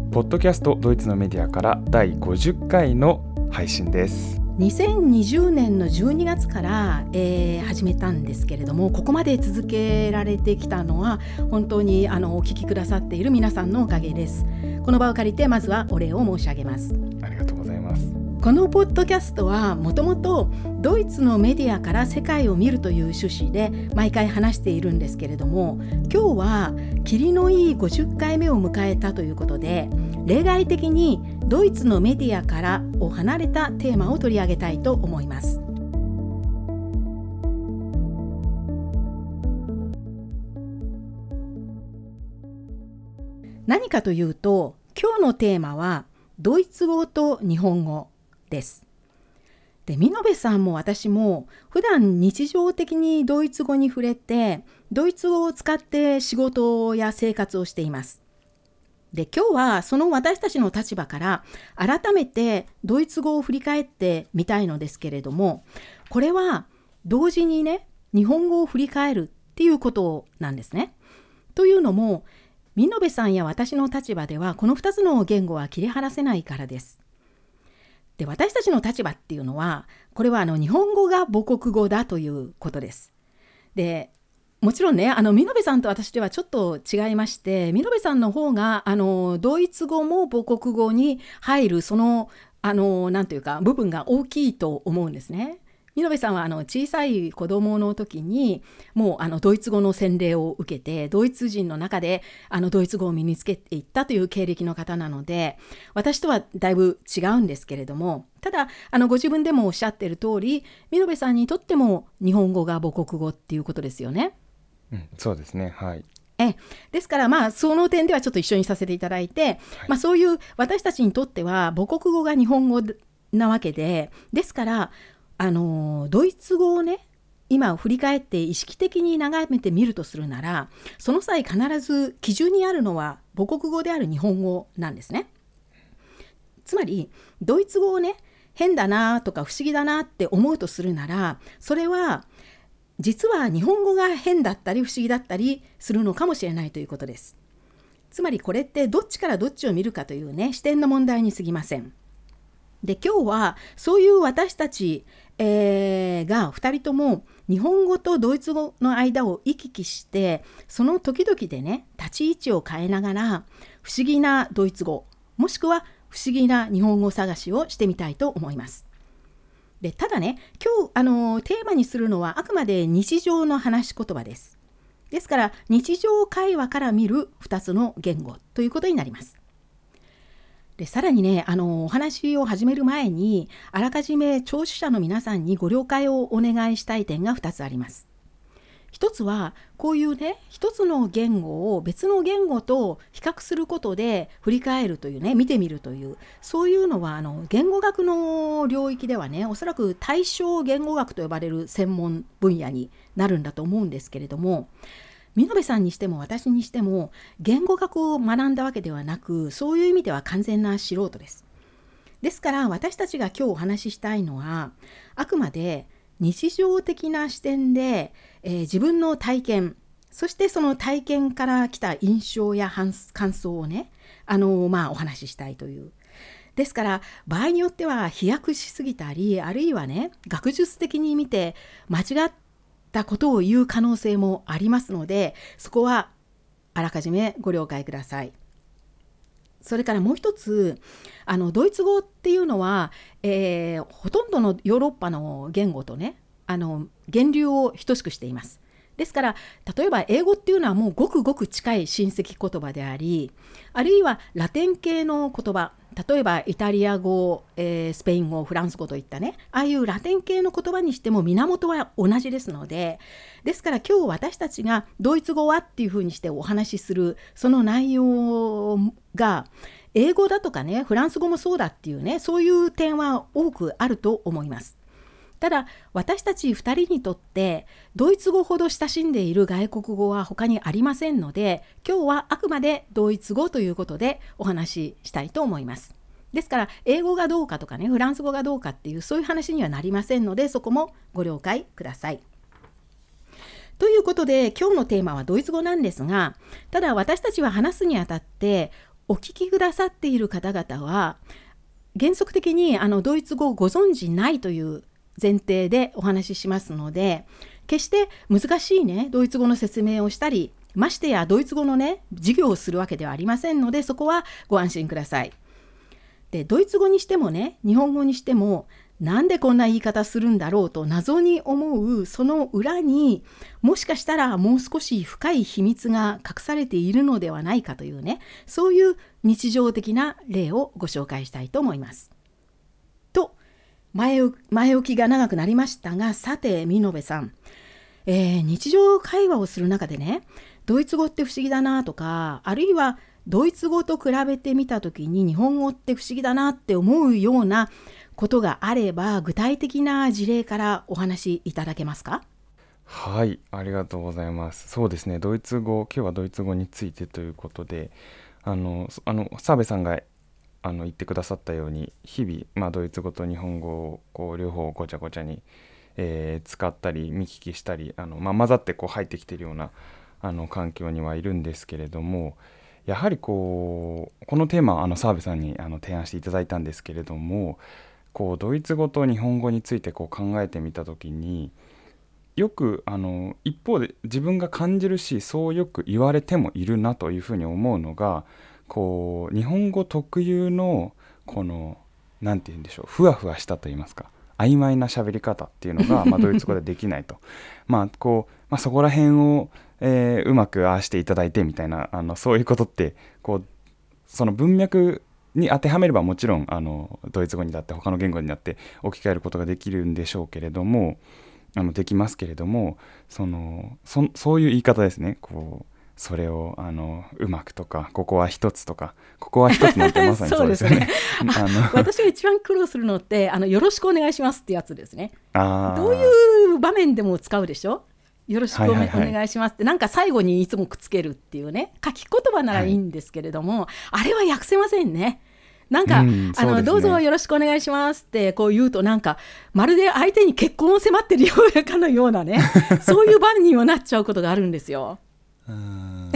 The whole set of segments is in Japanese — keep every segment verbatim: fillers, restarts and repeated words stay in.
ポッドキャストドイツのメディアからだいごじゅっかいの配信です。 にせんにじゅうねんのじゅうにがつから、えー、始めたんですけれども、ここまで続けられてきたのは本当にあのお聞きくださっている皆さんのおかげです。この場を借りてまずはお礼を申し上げます。 ありがとうございます。 このポッドキャストはもともとドイツのメディアから世界を見るという趣旨で毎回話しているんですけれども、今日は霧のいいごじゅっかいめを迎えたということで、例外的にドイツのメディアからを離れたテーマを取り上げたいと思います。何かというと、今日のテーマはドイツ語と日本語です。で、見延さんも私も普段日常的にドイツ語に触れて、ドイツ語を使って仕事や生活をしています。で、今日はその私たちの立場から改めてドイツ語を振り返ってみたいのですけれども、これは同時にね、日本語を振り返るっていうことなんですね。というのも、見延さんや私の立場ではこのふたつの言語は切り離せないからです。で、私たちの立場っていうのは、これはあの日本語が母国語だということです。で、もちろんね、あの見延さんと私ではちょっと違いまして、見延さんの方があのドイツ語も母国語に入るそのあのなんというか部分が大きいと思うんですね。見延さんはあの小さい子供の時にもうあのドイツ語の洗礼を受けて、ドイツ人の中であのドイツ語を身につけていったという経歴の方なので、私とはだいぶ違うんですけれども、ただあのご自分でもおっしゃっている通り、見延さんにとっても日本語が母国語っていうことですよね。 うん、そうですね。はい。 えですからまあその点ではちょっと一緒にさせていただいて、はい、まあ、そういう私たちにとっては母国語が日本語なわけで、ですからあのドイツ語をね、今振り返って意識的に眺めてみるとするなら、その際必ず基準にあるのは母国語である日本語なんですね。つまりドイツ語をね、変だなとか不思議だなって思うとするなら、それは実は日本語が変だったり不思議だったりするのかもしれないということです。つまりこれってどっちからどっちを見るかというね、視点の問題に過ぎません。で、今日はそういう私たち、えー、がふたりとも日本語とドイツ語の間を行き来して、その時々でね、立ち位置を変えながら不思議なドイツ語、もしくは不思議な日本語探しをしてみたいと思います。で、ただね、今日あのテーマにするのはあくまで日常の話し言葉です。ですから日常会話から見るふたつの言語ということになります。で、さらにね、あのお話を始める前にあらかじめ聴取者の皆さんにご了解をお願いしたい点がふたつあります。一つはこういうね、一つの言語を別の言語と比較することで振り返るというね、見てみるという、そういうのはあの言語学の領域ではね、おそらく対象言語学と呼ばれる専門分野になるんだと思うんですけれども、見延さんにしても私にしても言語学を学んだわけではなく、そういう意味では完全な素人です。ですから私たちが今日お話ししたいのは、あくまで日常的な視点で、えー、自分の体験、そしてその体験から来た印象や感想をね、あのー、まあお話ししたいという。ですから場合によっては飛躍しすぎたり、あるいはね、学術的に見て間違ったことを言う可能性もありますので、そこはあらかじめご了解ください。それからもう一つ、あのドイツ語っていうのは、えー、ほとんどのヨーロッパの言語とね、あの源流を等しくしています。ですから例えば英語っていうのはもうごくごく近い親戚言葉であり、あるいはラテン系の言葉、例えばイタリア語、えー、スペイン語、フランス語といったね、ああいうラテン系の言葉にしても源は同じですので、ですから今日私たちがドイツ語はっていうふうにしてお話しするその内容が英語だとかね、フランス語もそうだっていうね、そういう点は多くあると思います。ただ私たちふたりにとってドイツ語ほど親しんでいる外国語は他にありませんので、今日はあくまでドイツ語ということでお話ししたいと思います。ですから英語がどうかとかね、フランス語がどうかっていうそういう話にはなりませんので、そこもご了解ください。ということで今日のテーマはドイツ語なんですが、ただ私たちは話すにあたってお聞きくださっている方々は原則的にあのドイツ語をご存じないという前提でお話ししますので、決して難しいねドイツ語の説明をしたり、ましてやドイツ語のね授業をするわけではありませんので、そこはご安心ください。でドイツ語にしてもね日本語にしても、なんでこんな言い方するんだろうと謎に思うその裏に、もしかしたらもう少し深い秘密が隠されているのではないかというね、そういう日常的な例をご紹介したいと思います。と前置前置きが長くなりましたが、さて美濃部さん、えー、日常会話をする中でね、ドイツ語って不思議だなとか、あるいはドイツ語と比べてみたときに日本語って不思議だなって思うようなことがあれば、具体的な事例からお話しいただけますか？ はい、ありがとうございます。そうですね、ドイツ語、今日はドイツ語についてということで、あのあの澤部さんがあの言ってくださったように、日々、まあ、ドイツ語と日本語をこう両方ごちゃごちゃに、えー使ったり見聞きしたり、あの、まあ、混ざってこう入ってきているようなあの環境にはいるんですけれども、やはりこうこのテーマはあの澤部さんにあの提案していただいたんですけれども、こうドイツ語と日本語についてこう考えてみたときに、よくあの一方で自分が感じるし、そうよく言われてもいるなというふうに思うのが、こう日本語特有のこのなんて言うんでしょう、ふわふわしたと言いますか、曖昧な喋り方っていうのが、まあ、ドイツ語でできないとまあこう、まあ、そこら辺を、えーうまくああしていただいてみたいな、あのそういうことってこうその文脈に当てはめれば、もちろんあのドイツ語にだって他の言語になって置き換えることができるんでしょうけれども、あのできますけれども、その そ, そういう言い方ですね。こうそれをあのうまくとか、ここは一つとか、ここは一つなんてまさにそうですよね。 あの私が一番苦労するのってあのよろしくお願いしますってやつですね。 あどういう場面でも使うでしょ。よろしくお,、 はいはいはい、 お願いしますって、なんか最後にいつもくっつけるっていうね、書き言葉ならいいんですけれども、はい、あれは訳せませんね。なんか、うん、あの、ね、どうぞよろしくお願いしますってこう言うと、なんかまるで相手に結婚を迫ってるようなかのようなねそういう場にもなっちゃうことがあるんですよ。 うん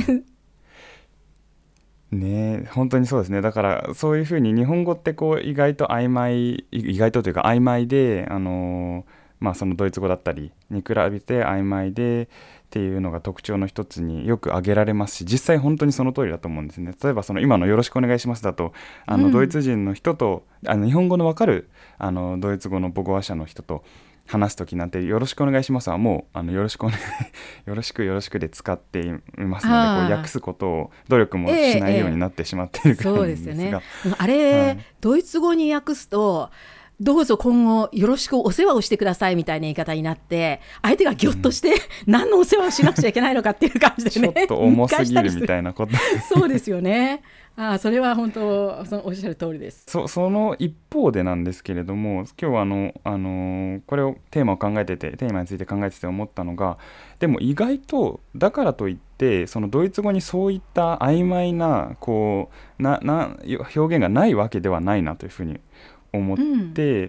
ね、本当にそうですね。だからそういうふうに日本語ってこう意外と曖昧意外とというか曖昧で、あのーまあ、そのドイツ語だったりに比べて曖昧でっていうのが特徴の一つによく挙げられますし、実際本当にその通りだと思うんですね。例えばその今のよろしくお願いしますだと、あのドイツ人の人と、うん、あの日本語の分かるあのドイツ語の母語話者の人と話すときなんて、よろしくお願いしますはもうあのよろしくお願いよろしくよろしくで使っていますので、こう訳すことを努力もしないようになってしまっているからなんですが、ええええ、そうですよね。 あれ、はい、ドイツ語に訳すとどうぞ今後よろしくお世話をしてくださいみたいな言い方になって、相手がギョッとして、うん、何のお世話をしなくちゃいけないのかっていう感じでね、 ちょっと重すぎるみたいなことそうですよね。あ、それは本当そのおっしゃる通りです。 そ, その一方でなんですけれども、今日はあの、あのこれをテーマを考えててテーマについて考えてて思ったのが、でも意外とだからといってそのドイツ語にそういった曖昧なこうなな表現がないわけではないなというふうに思って、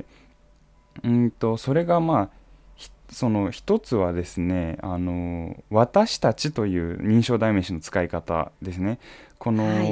うん、うんとそれがまあその一つはですね、あの私たちという認証代名詞の使い方ですね。この、はい、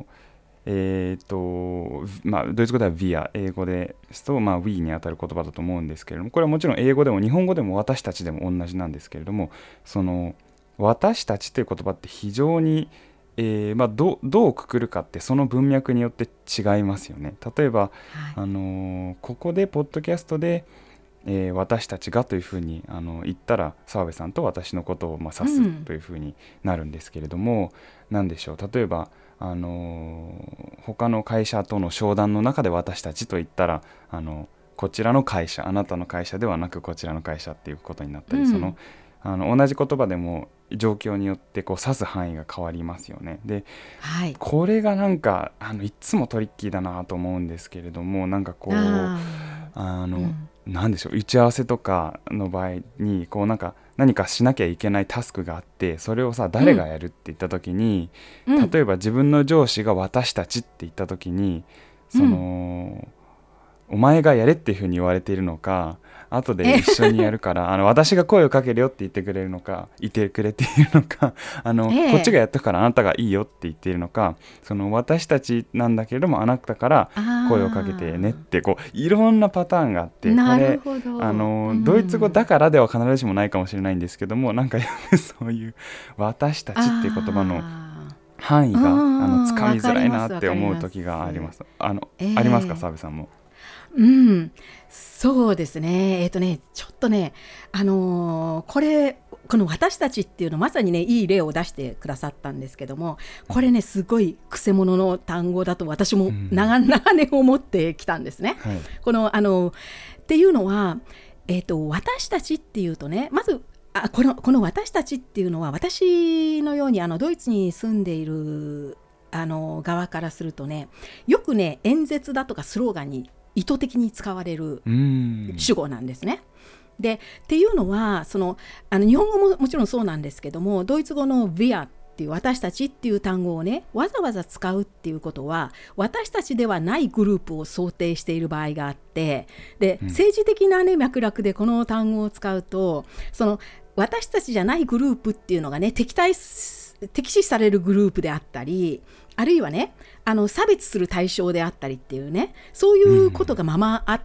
えーとまあ、ドイツ語では wir、英語ですと、まあ、we にあたる言葉だと思うんですけれども、これはもちろん英語でも日本語でも私たちでも同じなんですけれども、その私たちという言葉って非常にえーまあ、ど, どうくくるかってその文脈によって違いますよね。例えば、はい、あのー、ここでポッドキャストで、えー、私たちがというふうにあの言ったら澤部さんと私のことをまあ指すというふうになるんですけれども、うん、なんでしょう、例えば、あのー、他の会社との商談の中で私たちと言ったら、あのこちらの会社、あなたの会社ではなくこちらの会社っていうことになったり、うん、そのあの同じ言葉でも状況によってこう指す範囲が変わりますよね。で、はい、これがなんかあのいつもトリッキーだなと思うんですけれども、なんかこうああの、うん、なんでしょう、打ち合わせとかの場合にこうなんか何かしなきゃいけないタスクがあって、それをさ誰がやるって言った時に、うん、例えば自分の上司が私たちって言った時に、その、うん、お前がやれっていうふうに言われているのか、 後で一緒にやるからあの私が声をかけるよって言ってくれるのかいてくれているのかあの、ええ、こっちがやったからあなたがいいよって言っているのか、その私たちなんだけれどもあなたから声をかけてねってこういろんなパターンがあって、これあの、うん、ドイツ語だからでは必ずしもないかもしれないんですけども、なんかそういう私たちっていう言葉の範囲があのつかみづらいなって思う時があります。あの、えー、ありますか澤部さんも。 うん、そうですね。えっとね、ちょっとね、あのー、これこの私たちっていうのまさにねいい例を出してくださったんですけども、これねすごいくせ者の単語だと私も長々年思ってきたんですね。うん、はい、このあのっていうのは、えっと、私たちっていうとね、まずあこの、この私たちっていうのは私のようにあのドイツに住んでいるあの側からするとね、よくね演説だとかスローガンに意図的に使われる主語なんですね。でっていうのはそのあの日本語ももちろんそうなんですけども、ドイツ語の Wir っていう私たちっていう単語をねわざわざ使うっていうことは私たちではないグループを想定している場合があって、で、うん、政治的な、ね、脈絡でこの単語を使うとその私たちじゃないグループっていうのがね敵対敵視されるグループであったり、あるいはねあの差別する対象であったりっていうね、そういうことがままあって、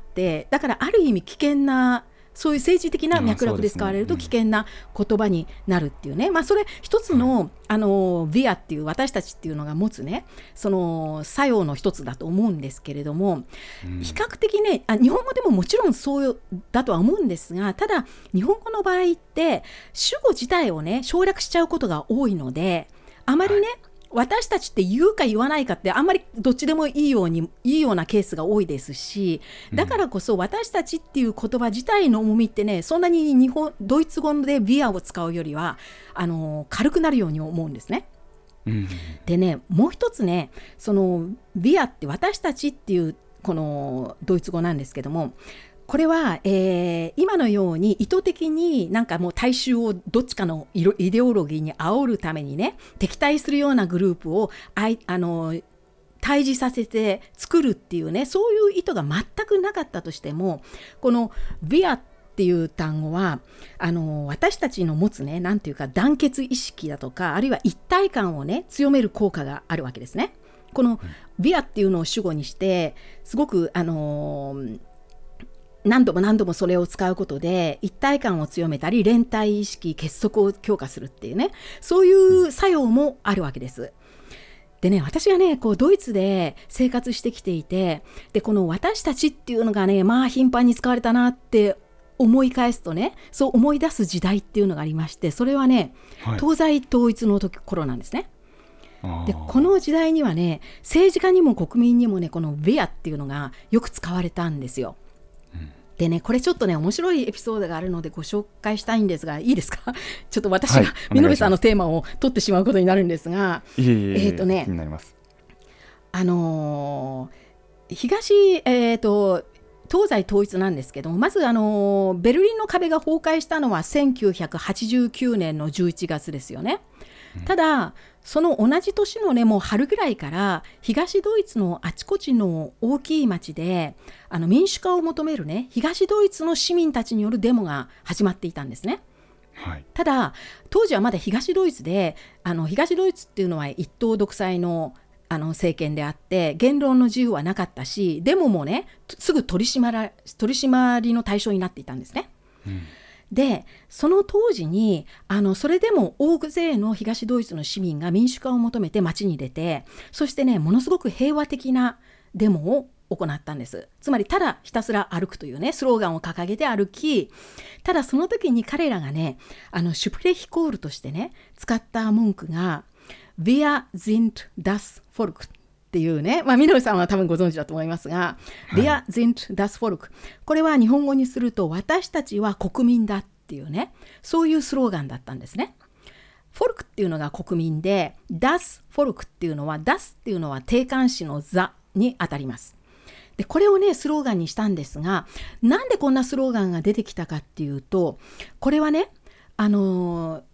だからある意味危険なそういう政治的な脈絡で使われると危険な言葉になるっていうね、まあ、それ一つの、はい、あのヴィアっていう私たちっていうのが持つねその作用の一つだと思うんですけれども、うん、比較的ねあ日本語でももちろんそうだとは思うんですが、ただ日本語の場合って主語自体をね省略しちゃうことが多いので、あまりね、はい、私たちって言うか言わないかってあんまりどっちでもいいようにいいようなケースが多いですし、だからこそ私たちっていう言葉自体の重みってねそんなに日本ドイツ語でビアを使うよりはあの軽くなるように思うんですね。うん、でねもう一つねそのビアって私たちっていうこのドイツ語なんですけども、これは、えー、今のように意図的になんかもう大衆をどっちかのイデオロギーに煽るためにね敵対するようなグループをあいあの対峙させて作るっていうねそういう意図が全くなかったとしても、このビアっていう単語はあの私たちの持つねなんていうか団結意識だとかあるいは一体感をね強める効果があるわけですね。このビアっていうのを主語にしてすごくあの何度も何度もそれを使うことで一体感を強めたり連帯意識結束を強化するっていうねそういう作用もあるわけです。でね私がねこうドイツで生活してきていて、でこの私たちっていうのがねまあ頻繁に使われたなって思い返すとねそう思い出す時代っていうのがありまして、それはね、はい、東西統一の時頃なんですね。でこの時代にはね政治家にも国民にもねこのヴィアっていうのがよく使われたんですよ。でね、これちょっとね面白いエピソードがあるのでご紹介したいんですがいいですかちょっと私が見延さんのテーマを取ってしまうことになるんですが、 いえいえいえ、えーとね、気になります。 あのー、東、えーと東西統一なんですけども、まず、あのー、ベルリンの壁が崩壊したのはせんきゅうひゃくはちじゅうきゅうねんのじゅういちがつですよね。うん、ただその同じ年のねもう春ぐらいから東ドイツのあちこちの大きい町であの民主化を求めるね東ドイツの市民たちによるデモが始まっていたんですね。はい、ただ当時はまだ東ドイツであの東ドイツっていうのは一党独裁のあの政権であって言論の自由はなかったし、デモもねすぐ取り締まら、取り締まりの対象になっていたんですね。うん、でその当時にあのそれでも大勢の東ドイツの市民が民主化を求めて街に出て、そしてねものすごく平和的なデモを行ったんです。つまりただひたすら歩くというねスローガンを掲げて歩き、ただその時に彼らがねあのシュプレヒコールとしてね使った文句がWir sind das Volk っていうね、まあ、みのりさんは多分ご存知だと思いますが、はい、Wir sind das Volk、 これは日本語にすると私たちは国民だっていうねそういうスローガンだったんですね。フォルクっていうのが国民で Das Volk っていうのは Das っていうのは定冠詞の座にあたります。でこれをねスローガンにしたんですが、なんでこんなスローガンが出てきたかっていうと、これはねあのー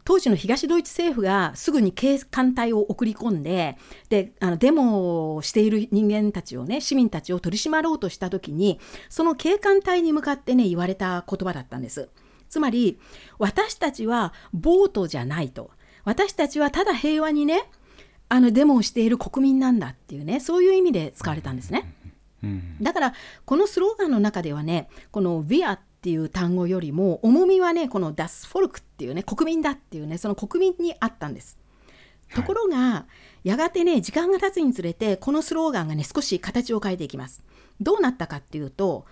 当時の東ドイツ政府がすぐに警官隊を送り込んで、であのデモをしている人間たちをね、市民たちを取り締まろうとした時に、その警官隊に向かってね言われた言葉だったんです。つまり私たちは暴徒じゃないと、私たちはただ平和にねあのデモをしている国民なんだっていうね、そういう意味で使われたんですね、うん、だからこのスローガンの中ではね、この Wir っていう単語よりも重みはね、この Das Volk っていうね、国民だっていうね、その国民にあったんです。ところが、はい、やがてね時間が経つにつれてこのスローガンがね少し形を変えていきます。どうなったかっていうと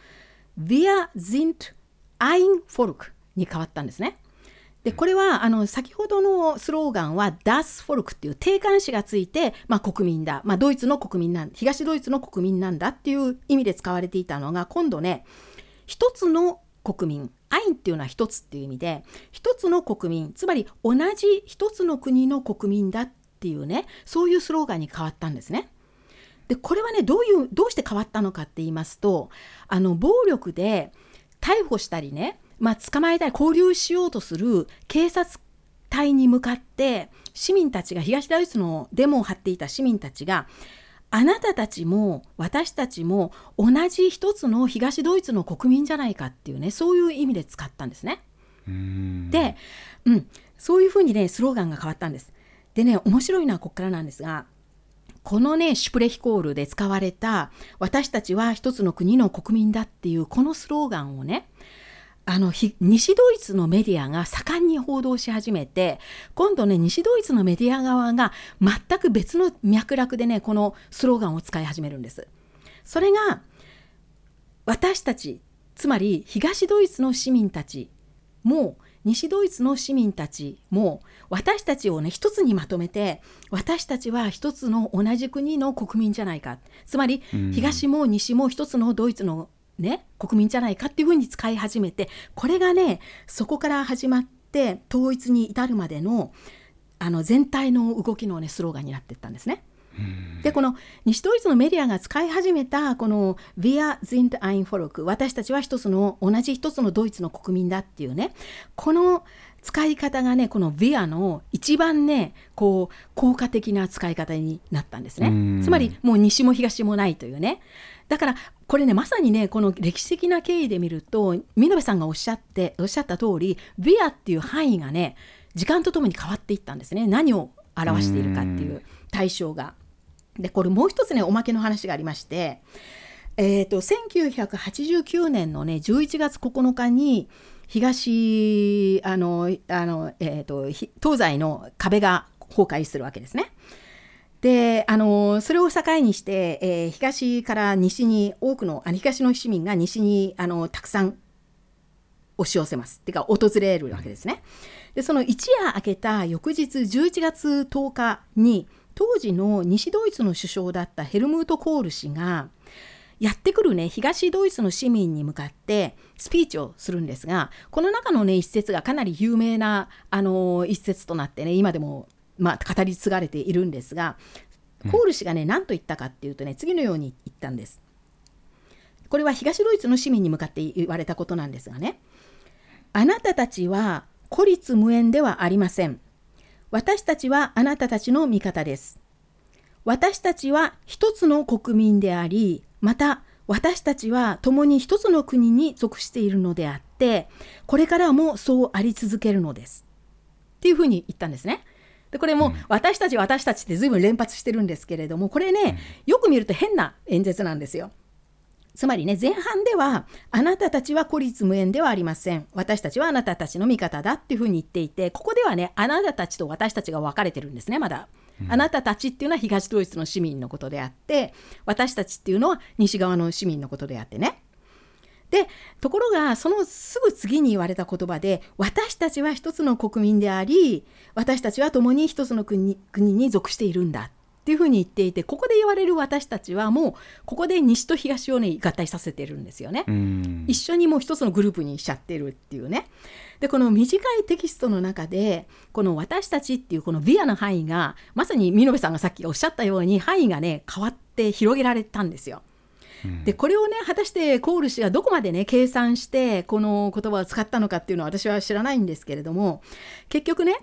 Wir sind ein Volk に変わったんですね。でこれはあの先ほどのスローガンは Das Volk っていう定冠詞がついて、まあ、国民だ、まあ、ドイツの国民なん東ドイツの国民なんだっていう意味で使われていたのが、今度ね一つの国民、アインっていうのは一つっていう意味で、一つの国民、つまり同じ一つの国の国民だっていうね、そういうスローガンに変わったんですね。でこれはねどういうどうして変わったのかって言いますと、あの暴力で逮捕したりね、まあ、捕まえたり拘留しようとする警察隊に向かって市民たちが、東ドイツのデモを張っていた市民たちが、あなたたちも私たちも同じ一つの東ドイツの国民じゃないかっていうね、そういう意味で使ったんですね。 うーんで、うん、そういうふうにねスローガンが変わったんです。でね、面白いのはここからなんですが、このねシュプレヒコールで使われた私たちは一つの国の国民だっていうこのスローガンをね、あの西ドイツのメディアが盛んに報道し始めて、今度ね西ドイツのメディア側が全く別の脈絡でねこのスローガンを使い始めるんです。それが私たち、つまり東ドイツの市民たちも西ドイツの市民たちも私たちをね一つにまとめて、私たちは一つの同じ国の国民じゃないか、つまり東も西も一つのドイツのね、国民じゃないかっていうふうに使い始めて、これがねそこから始まって統一に至るまでのあの全体の動きのねスローガンになっていったんですね。でこの西ドイツのメディアが使い始めたこの Wir sind ein Volk、 私たちは一つの同じ一つのドイツの国民だっていうね、この使い方がねこの Wir の一番ねこう効果的な使い方になったんですね。つまりもう西も東もないというね。だからこれねまさにねこの歴史的な経緯で見ると、見延さんがおっしゃっておっしゃった通り Wir っていう範囲がね時間とともに変わっていったんですね。何を表しているかっていう対象が。でこれもう一つねおまけの話がありまして、えーと、せんきゅうひゃくはちじゅうきゅうねんのねじゅういちがつここのかに東あのあの、えーと、東西の壁が崩壊するわけですね。であのそれを境にして、えー、東から西に多くのあの東の市民が西にあのたくさん押し寄せますっていうか訪れるわけですね。でその一夜明けた翌日じゅういちがつとおかに当時の西ドイツの首相だったヘルムート・コール氏がやってくるね東ドイツの市民に向かってスピーチをするんですが、この中のね一節がかなり有名なあの一節となってね今でもまあ語り継がれているんですが、コール氏がね何と言ったかっていうとね次のように言ったんです。これは東ドイツの市民に向かって言われたことなんですがね、あなたたちは孤立無縁ではありません。私たちはあなたたちの味方です。私たちは一つの国民であり、また私たちは共に一つの国に属しているのであって、これからもそうあり続けるのですっていうふうに言ったんですね。でこれも、うん、私たち私たちって随分連発してるんですけれども、これねよく見ると変な演説なんですよ。つまりね前半ではあなたたちは孤立無縁ではありません、私たちはあなたたちの味方だっていうふうに言っていて、ここではねあなたたちと私たちが分かれてるんですね。まだ、うん、あなたたちっていうのは東ドイツの市民のことであって、私たちっていうのは西側の市民のことであってね。でところがそのすぐ次に言われた言葉で、私たちは一つの国民であり、私たちは共に一つの 国, 国に属しているんだっていうふうに言っていて、ここで言われる私たちはもうここで西と東をね合体させてるんですよね。うん一緒にもう一つのグループにしちゃってるっていうね。でこの短いテキストの中でこの私たちっていうこのビアの範囲がまさに見延さんがさっきおっしゃったように範囲がね変わって広げられたんですよ。でこれをね果たしてコール氏がどこまでね計算してこの言葉を使ったのかっていうのは私は知らないんですけれども、結局ね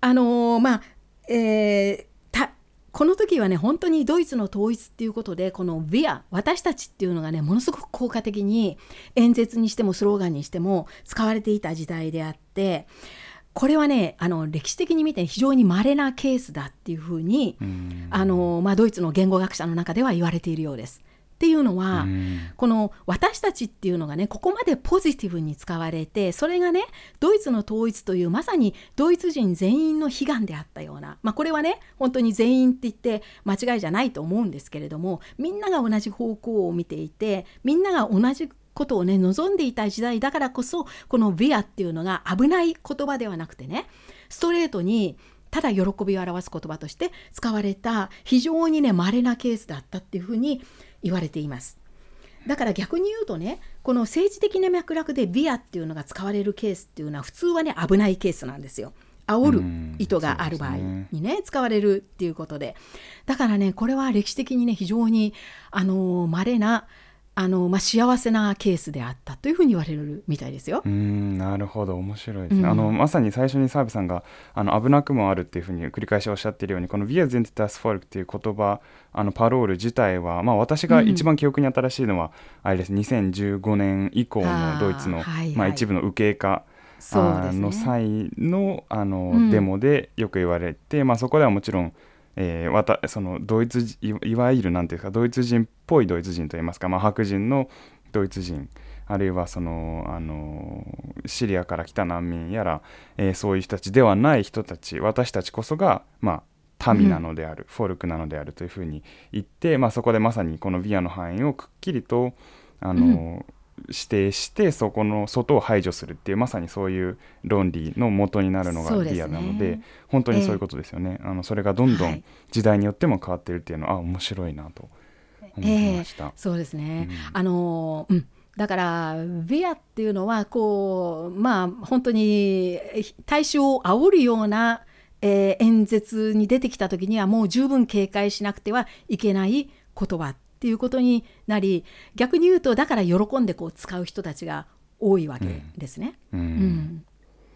あのー、まあ、えー、たこの時はね本当にドイツの統一っていうことでこの Wir 私たちっていうのがねものすごく効果的に演説にしてもスローガンにしても使われていた時代であって、これはねあの歴史的に見て非常に稀なケースだっていうふうにあの、まあ、ドイツの言語学者の中では言われているようです。っていうのは、この私たちっていうのがねここまでポジティブに使われて、それがねドイツの統一というまさにドイツ人全員の悲願であったような、まあ、これはね本当に全員って言って間違いじゃないと思うんですけれども、みんなが同じ方向を見ていてみんなが同じことをね望んでいた時代だからこそ、この Wir っていうのが危ない言葉ではなくてねストレートにただ喜びを表す言葉として使われた非常にね稀なケースだったっていうふうに言われています。だから逆に言うとねこの政治的な脈絡で Wir っていうのが使われるケースっていうのは普通はね危ないケースなんですよ。煽る意図がある場合にね使われるっていうことで、だからねこれは歴史的にね非常にあの稀なあの、まあ、幸せなケースであったというふうに言われるみたいですよ。 うーんなるほど、面白いですね、 うん、 あのまさに最初に澤部さんがあの危なくもあるっていうふうに繰り返しおっしゃっているように、この Wir sind das Volk っていう言葉、あのパロール自体は、まあ、私が一番記憶に新しいのは、うん、あれです、にせんじゅうごねん以降のドイツの、はいはい、まあ、一部の右傾化の際 の, あの、うん、デモでよく言われて、まあ、そこではもちろんえー、わたそのドイツ い, いわゆるなんていうかドイツ人っぽいドイツ人といいますか、まあ、白人のドイツ人、あるいはその、あのシリアから来た難民やら、えー、そういう人たちではない人たち、私たちこそが、まあ、民なのである、うん、フォルクなのであるというふうに言って、まあ、そこでまさにこのビアの範囲をくっきりとあの、うん指定してそこの外を排除するっていう、まさにそういう論理の元になるのがビアなの で, で、ね、本当にそういうことですよね、えー、あのそれがどんどん時代によっても変わっているっていうのは、はい、あ面白いなと思いました、 えー、そうですね、うんあのうん、だからビアっていうのはこう、まあ、本当に大衆を煽るような、えー、演説に出てきた時にはもう十分警戒しなくてはいけない言葉っていうことになり、逆に言うとだから喜んでこう使う人たちが多いわけですね、うんうん、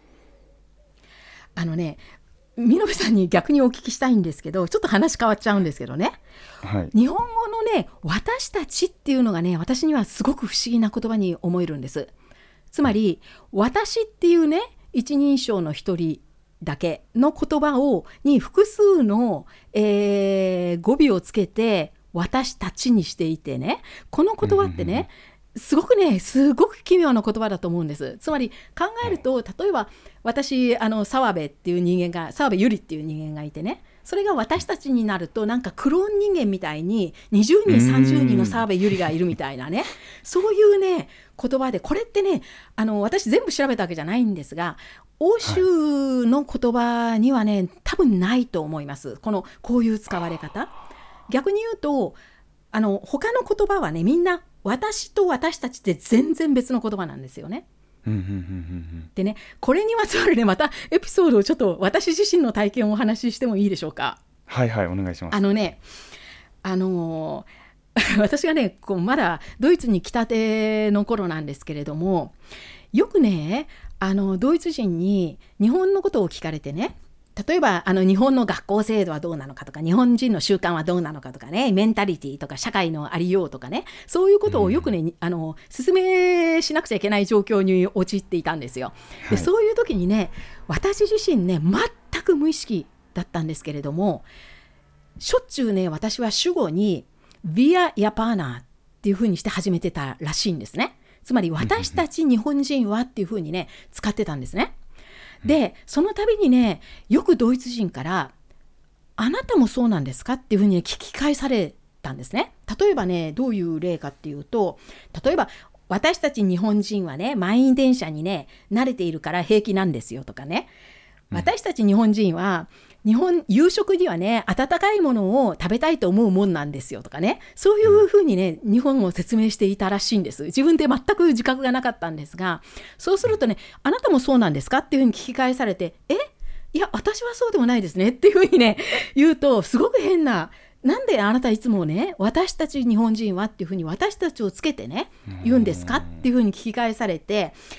あのね見延さんに逆にお聞きしたいんですけど、ちょっと話変わっちゃうんですけどね、はい、日本語のね私たちっていうのがね私にはすごく不思議な言葉に思えるんです。つまり私っていうね一人称の一人だけの言葉をに複数の、えー、語尾をつけて私たちにしていてね、この言葉ってね、うん、すごくねすごく奇妙な言葉だと思うんです。つまり考えると、例えば私あの澤部っていう人間が澤部ゆりっていう人間がいてね、それが私たちになるとなんかクローン人間みたいににじゅうにんさんじゅうにんの澤部ゆりがいるみたいなね、そういうね言葉で、これってねあの私全部調べたわけじゃないんですが、欧州の言葉にはね多分ないと思います、このこういう使われ方。逆に言うとあの他の言葉はねみんな私と私たちって全然別の言葉なんですよね。でねこれにまつわるねまたエピソードをちょっと私自身の体験をお話ししてもいいでしょうか。 はいはいお願いします。 あのねあの私がねこうまだドイツに来たての頃なんですけれども、よくねあのドイツ人に日本のことを聞かれてね、例えばあの日本の学校制度はどうなのかとか、日本人の習慣はどうなのかとかね、メンタリティとか社会のありようとかね、そういうことをよくね、うん、あの説明しなくちゃいけない状況に陥っていたんですよ。で、はい、そういう時にね私自身ね全く無意識だったんですけれども、しょっちゅうね私は主語に Via Japaner っていう風にして始めてたらしいんですね。つまり私たち日本人はっていう風にね使ってたんですね。でその度にねよくドイツ人からあなたもそうなんですかっていうふうに、ね、聞き返されたんですね。例えばねどういう例かっていうと、例えば私たち日本人はね満員電車にね慣れているから平気なんですよとかね、私たち日本人は日本夕食にはね温かいものを食べたいと思うもんなんですよとかね、そういうふうにね日本を説明していたらしいんです。自分で全く自覚がなかったんですが、そうするとねあなたもそうなんですかっていうふうに聞き返されて、えいや私はそうでもないですねっていうふうにね言うと、すごく変な、なんであなたいつもね私たち日本人はっていうふうに私たちをつけてね言うんですかっていうふうに聞き返されて、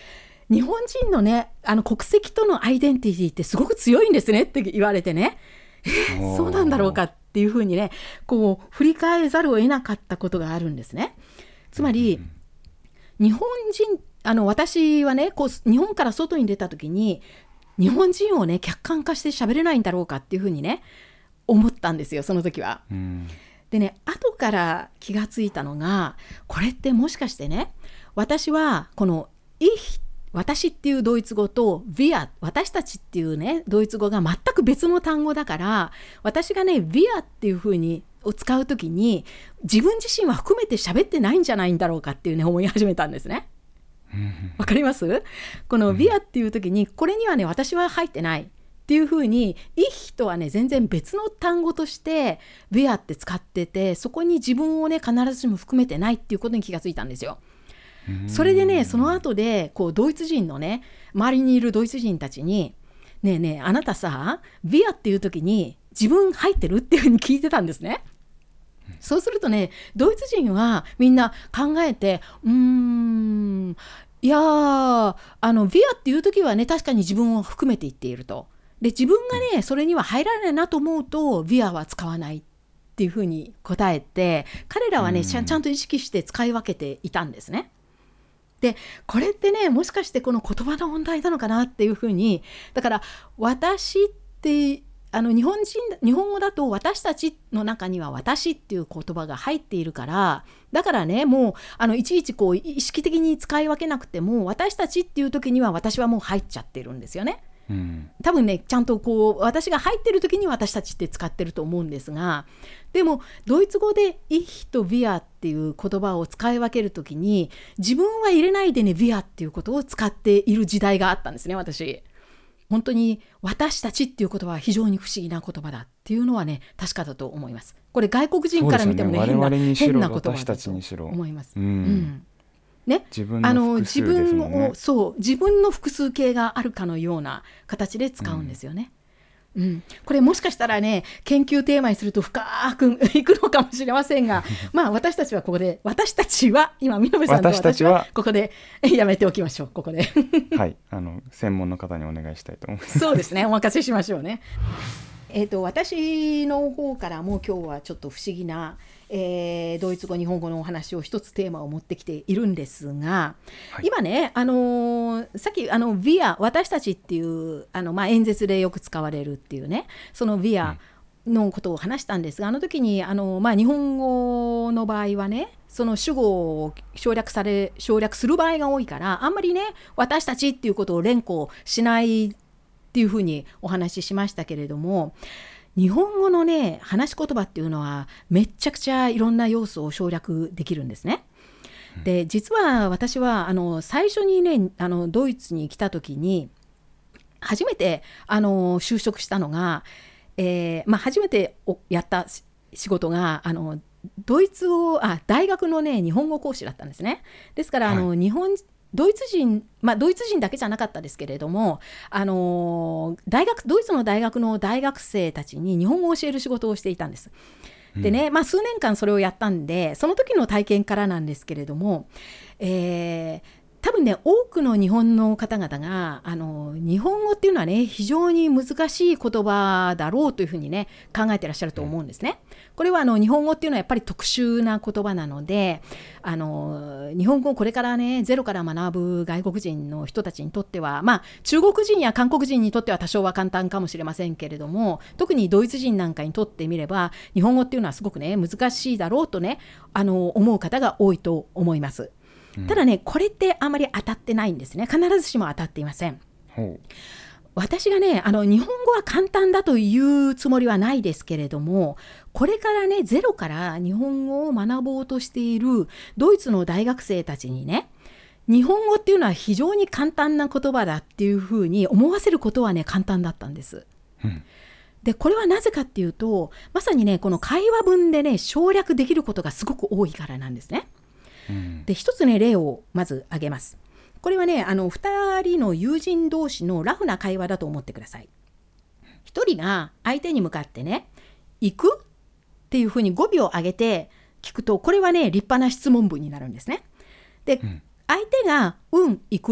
日本人のねあの国籍とのアイデンティティってすごく強いんですねって言われてね、えー、そうなんだろうかっていうふうにねこう振り返ざるを得なかったことがあるんですね。つまり、うん、日本人あの私はねこう日本から外に出た時に日本人をね客観化して喋れないんだろうかっていうふうにね思ったんですよその時は、うん、でね後から気がついたのがこれってもしかしてね私はこの「ich」私っていうドイツ語と wir 私たちっていうねドイツ語が全く別の単語だから私がね wir っていう風にを使うときに自分自身は含めて喋ってないんじゃないんだろうかっていうね思い始めたんですね。わかります？この wir っていうときにこれにはね私は入ってないっていう風に ich とはね全然別の単語として wir って使っててそこに自分をね必ずしも含めてないっていうことに気がついたんですよ。それでねその後でこうドイツ人のね周りにいるドイツ人たちにねえねえあなたさビアっていう時に自分入ってるっていうふうに聞いてたんですね。そうするとねドイツ人はみんな考えてうーんいやーあのビアっていう時はね確かに自分を含めて言っているとで自分がねそれには入らないなと思うとビアは使わないっていうふうに答えて彼らはねちゃん、ちゃんと意識して使い分けていたんですね。でこれってねもしかしてこの言葉の問題なのかなっていうふうにだから私ってあの日本人日本語だと私たちの中には私っていう言葉が入っているからだからねもうあのいちいちこう意識的に使い分けなくても私たちっていう時には私はもう入っちゃってるんですよね。うん、多分ねちゃんとこう私が入ってる時に私たちって使ってると思うんですがでもドイツ語でichとwirっていう言葉を使い分ける時に自分は入れないでねwirっていうことを使っている時代があったんですね。私本当に私たちっていう言葉は非常に不思議な言葉だっていうのはね確かだと思います。これ外国人から見てもね、変な、変な言葉だと思います、うんうんね、 自分の複数ですもんね。 自分をそう自分の複数形があるかのような形で使うんですよね、うんうん、これもしかしたらね研究テーマにすると深くいくのかもしれませんがまあ私たちはここで私たちは今見延さんと私はここでやめておきましょう。ここではいあの専門の方にお願いしたいと思います。 そうですねお任せしましょうね。えーと、私の方からも今日はちょっと不思議な、えー、ドイツ語日本語のお話を一つテーマを持ってきているんですが、はい、今ね、あのー、さっきあの wir 私たちっていうあの、まあ、演説でよく使われるっていうねその wir のことを話したんですが、あの時にあの、まあ、日本語の場合はねその主語を省略され省略する場合が多いからあんまりね私たちっていうことを連呼しないっていうふうにお話ししましたけれども日本語のね話し言葉っていうのはめっちゃくちゃいろんな要素を省略できるんですね。で実は私はあの最初にねあのドイツに来た時に初めてあの就職したのが、えーまあ、初めてやった仕事があのドイツ語あ大学のね日本語講師だったんですね。ですからあの、はい、日本ドイツ人、まあ、ドイツ人だけじゃなかったですけれども、あの大学ドイツの大学の大学生たちに日本語を教える仕事をしていたんです。でね、まあ、数年間それをやったんでその時の体験からなんですけれども、えー多分ね多くの日本の方々があの日本語っていうのはね非常に難しい言葉だろうというふうにね考えてらっしゃると思うんですね。これはあの日本語っていうのはやっぱり特殊な言葉なのであの日本語をこれからねゼロから学ぶ外国人の人たちにとってはまあ中国人や韓国人にとっては多少は簡単かもしれませんけれども特にドイツ人なんかにとってみれば日本語っていうのはすごくね難しいだろうとねあの思う方が多いと思います。ただねこれってあまり当たってないんですね。必ずしも当たっていません。私がねあの日本語は簡単だというつもりはないですけれどもこれからねゼロから日本語を学ぼうとしているドイツの大学生たちにね日本語っていうのは非常に簡単な言葉だっていうふうに思わせることはね簡単だったんです、うん、でこれはなぜかっていうとまさにねこの会話文でね省略できることがすごく多いからなんですね。で一つね例をまず挙げます。これはねあのふたりの友人同士のラフな会話だと思ってください。ひとりが相手に向かってね行くっていうふうに語尾を上げて聞くとこれはね立派な質問文になるんですね。で、うん、相手がうん行くっ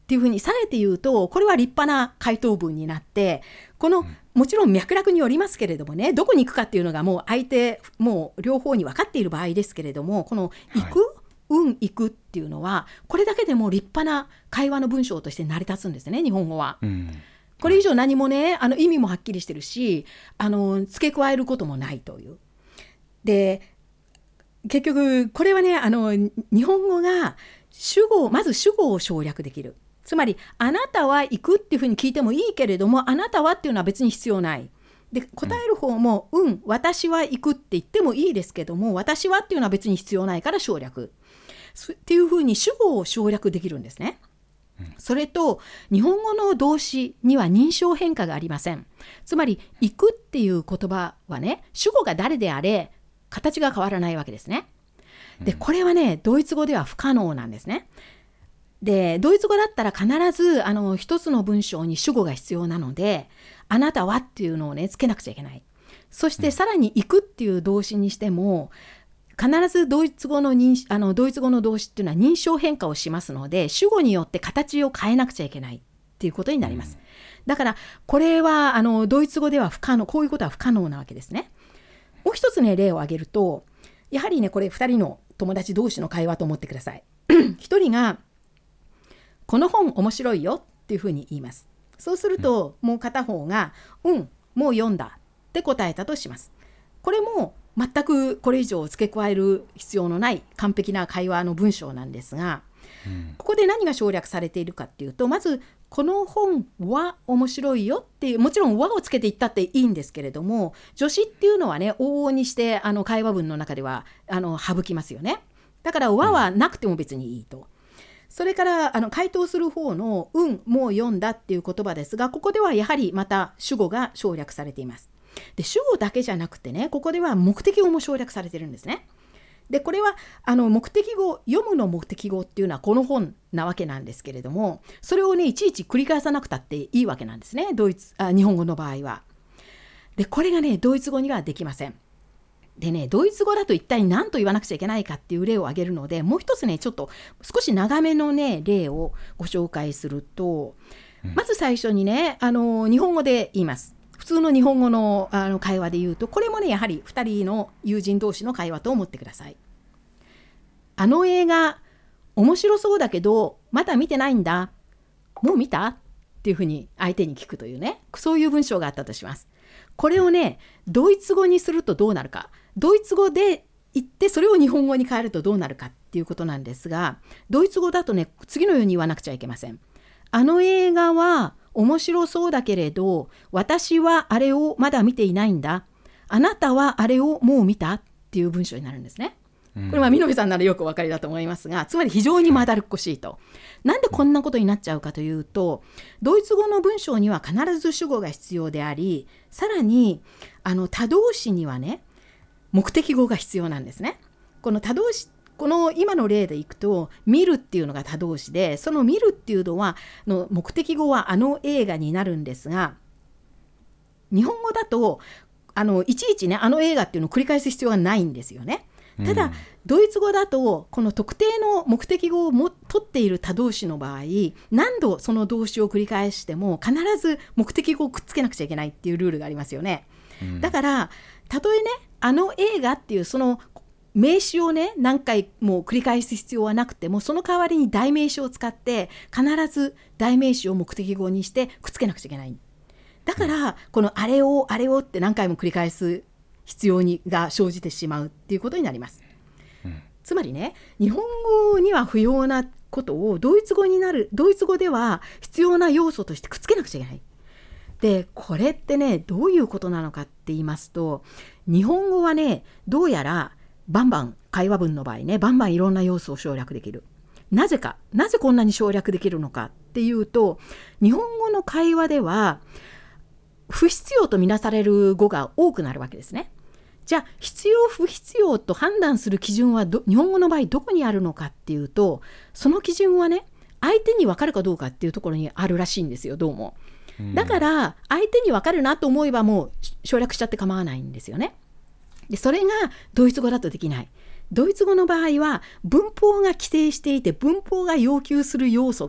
っていうふうにさえて言うと、これは立派な回答文になって、この、うん、もちろん脈絡によりますけれどもね、どこに行くかっていうのがもう相手もう両方に分かっている場合ですけれども、この行く、はい、うん行くっていうのはこれだけでも立派な会話の文章として成り立つんですね、日本語は、うん、これ以上何もね、あの意味もはっきりしてるし、あの付け加えることもないという。で結局これはね、あの日本語が主語、まず主語を省略できる。つまりあなたは行くっていうふうに聞いてもいいけれども、あなたはっていうのは別に必要ない。で答える方も、うん、うん、私は行くって言ってもいいですけども、私はっていうのは別に必要ないから省略っていうふうに主語を省略できるんですね。それと日本語の動詞には認証変化がありません。つまり行くっていう言葉はね、主語が誰であれ形が変わらないわけですね。でこれはね、ドイツ語では不可能なんですね。でドイツ語だったら必ずあの一つの文章に主語が必要なので、あなたはっていうのをねつけなくちゃいけない。そしてさらに行くっていう動詞にしても必ずドイツ語の認あのドイツ語の動詞っていうのは認証変化をしますので、主語によって形を変えなくちゃいけないっていうことになります。だからこれはあのドイツ語では不可能、こういうことは不可能なわけですね。もう一つね例を挙げると、やはりねこれふたりの友達同士の会話と思ってください。一人がこの本面白いよっていうふうに言います。そうするともう片方がうんもう読んだって答えたとします。これも全くこれ以上付け加える必要のない完璧な会話の文章なんですが、うん、ここで何が省略されているかっていうと、まずこの本は面白いよっていう、もちろん和をつけていったっていいんですけれども、助詞っていうのはね往々にしてあの会話文の中ではあの省きますよね。だから和はなくても別にいいと、うん、それからあの回答する方のうんもう読んだっていう言葉ですが、ここではやはりまた主語が省略されています。で主語だけじゃなくてね、ここでは目的語も省略されてるんですね。でこれはあの目的語、読むの目的語っていうのはこの本なわけなんですけれども、それをねいちいち繰り返さなくたっていいわけなんですね、ドイツあ日本語の場合は。でこれがねドイツ語にはできません。でねドイツ語だと一体何と言わなくちゃいけないかっていう例を挙げるので、もう一つねちょっと少し長めのね例をご紹介すると、うん、まず最初にねあの日本語で言います。普通の日本語 の, あの会話で言うと、これもねやはりふたりの友人同士の会話と思ってください。あの映画面白そうだけどまだ見てないんだ、もう見たっていうふうに相手に聞くというね、そういう文章があったとします。これをねドイツ語にするとどうなるか、ドイツ語で言ってそれを日本語に変えるとどうなるかっていうことなんですが、ドイツ語だとね次のように言わなくちゃいけません。あの映画は面白そうだけれど私はあれをまだ見ていないんだ、あなたはあれをもう見たっていう文章になるんですね。これは美濃部さんならよくお分かりだと思いますが、つまり非常にまだるっこしいと。なんでこんなことになっちゃうかというと、ドイツ語の文章には必ず主語が必要であり、さらにあの他動詞にはね目的語が必要なんですね。この他動詞、この今の例でいくと見るっていうのが他動詞で、その見るっていうのはの目的語はあの映画になるんですが、日本語だとあのいちいちねあの映画っていうのを繰り返す必要はないんですよね。ただ、うん、ドイツ語だとこの特定の目的語をも取っている他動詞の場合、何度その動詞を繰り返しても必ず目的語をくっつけなくちゃいけないっていうルールがありますよね、うん、だからたとえねあの映画っていうその名詞をね何回も繰り返す必要はなくても、その代わりに代名詞を使って必ず代名詞を目的語にしてくっつけなくちゃいけない。だから、うん、このあれをあれをって何回も繰り返す必要にが生じてしまうっていうことになります、うん、つまりね日本語には不要なことをドイツ語になるドイツ語では必要な要素としてくっつけなくちゃいけない。でこれってねどういうことなのかって言いますと、日本語はねどうやらバンバン会話文の場合ねバンバンいろんな要素を省略できる。なぜかなぜこんなに省略できるのかっていうと、日本語の会話では不必要とみなされる語が多くなるわけですね。じゃあ必要不必要と判断する基準はど日本語の場合どこにあるのかっていうと、その基準はね相手に分かるかどうかっていうところにあるらしいんですよ、どうも。だから相手に分かるなと思えばもう省略しちゃって構わないんですよね。でそれがドイツ語だとできない。ドイツ語の場合は文法が規定していて文法が要求する要素があって、 、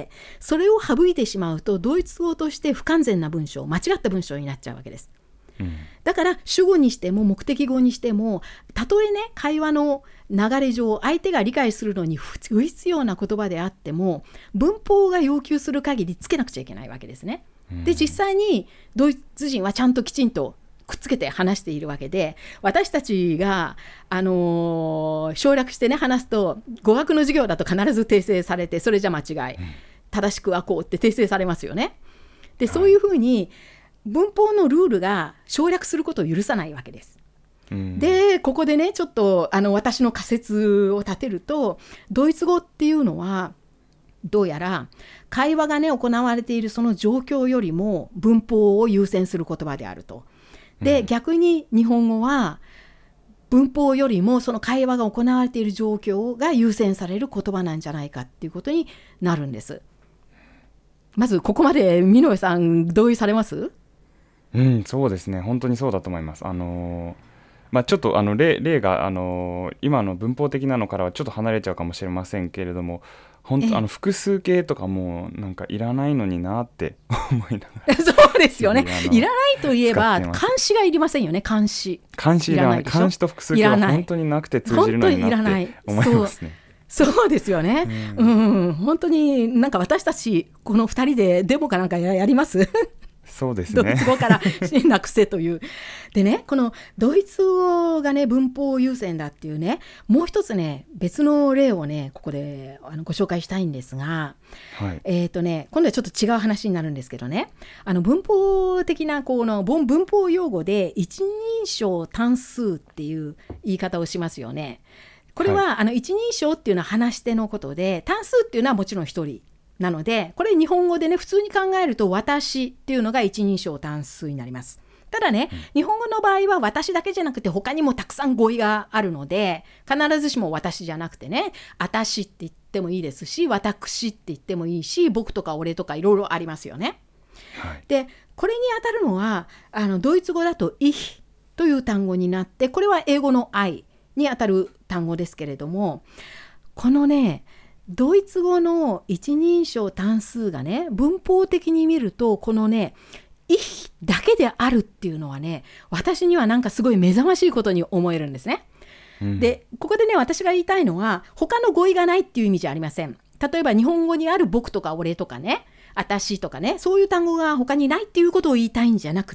それを省いてしまうとドイツ語として不完全な文章、間違った文章になっちゃうわけです。うん、だから主語にしても目的語にしても、たとえね会話の流れ上相手が理解するのに不必要な言葉であっても文法が要求する限りつけなくちゃいけないわけですね。で実際にドイツ人はちゃんときちんとくっつけて話しているわけで、私たちが、あのー、省略してね話すと語学の授業だと必ず訂正されて、それじゃ間違い、正しくはこうって訂正されますよね。でそういうふうに文法のルールが省略することを許さないわけです。うん、でここでねちょっとあの私の仮説を立てると、ドイツ語っていうのはどうやら会話がね行われているその状況よりも文法を優先する言葉であると。で、うん、逆に日本語は文法よりもその会話が行われている状況が優先される言葉なんじゃないかっていうことになるんです。まずここまで美濃さん同意されます？ うん、そうですね、本当にそうだと思います。あのーまあ、ちょっとあの 例, 例が、あのー、今の文法的なのからはちょっと離れちゃうかもしれませんけれども、本当あの複数形とかもうなんかいらないのになって思いながらそうですよね、いらないといえば監視がいりませんよね。監視監視いらない、監視と複数形は本当になくて通じるのになって思いますね。 そうですよね、うんうん、本当になんか私たちこのふたりでデモかなんか や, やりますそうですね、 ドイツ語からなくせというでね、このドイツ語がね文法優先だっていうね、もう一つね別の例をねここであのご紹介したいんですが、はい、えーとね今度はちょっと違う話になるんですけどね、あの文法的なこの文法用語で一人称単数っていう言い方をしますよね。これは、はい、あの一人称っていうのは話し手のことで、単数っていうのはもちろん一人なので、これ日本語でね普通に考えると私っていうのが一人称単数になります。ただね、うん、日本語の場合は私だけじゃなくて他にもたくさん語彙があるので、必ずしも私じゃなくてね、私って言ってもいいですし、私って言ってもいいし、僕とか俺とかいろいろありますよね。はい、でこれに当たるのはあのドイツ語だと ich という単語になって、これは英語の I に当たる単語ですけれども、このねドイツ語の一人称単数がね文法的に見るとこのねichだけであるっていうのはね、私にはなんかすごい目覚ましいことに思えるんですね。うん、でここでね私が言いたいのは他の語彙がないっていう意味じゃありません。例えば日本語にある僕とか俺とかね、私とかね、そういう単語が他にないっていうことを言いたいんじゃなくって、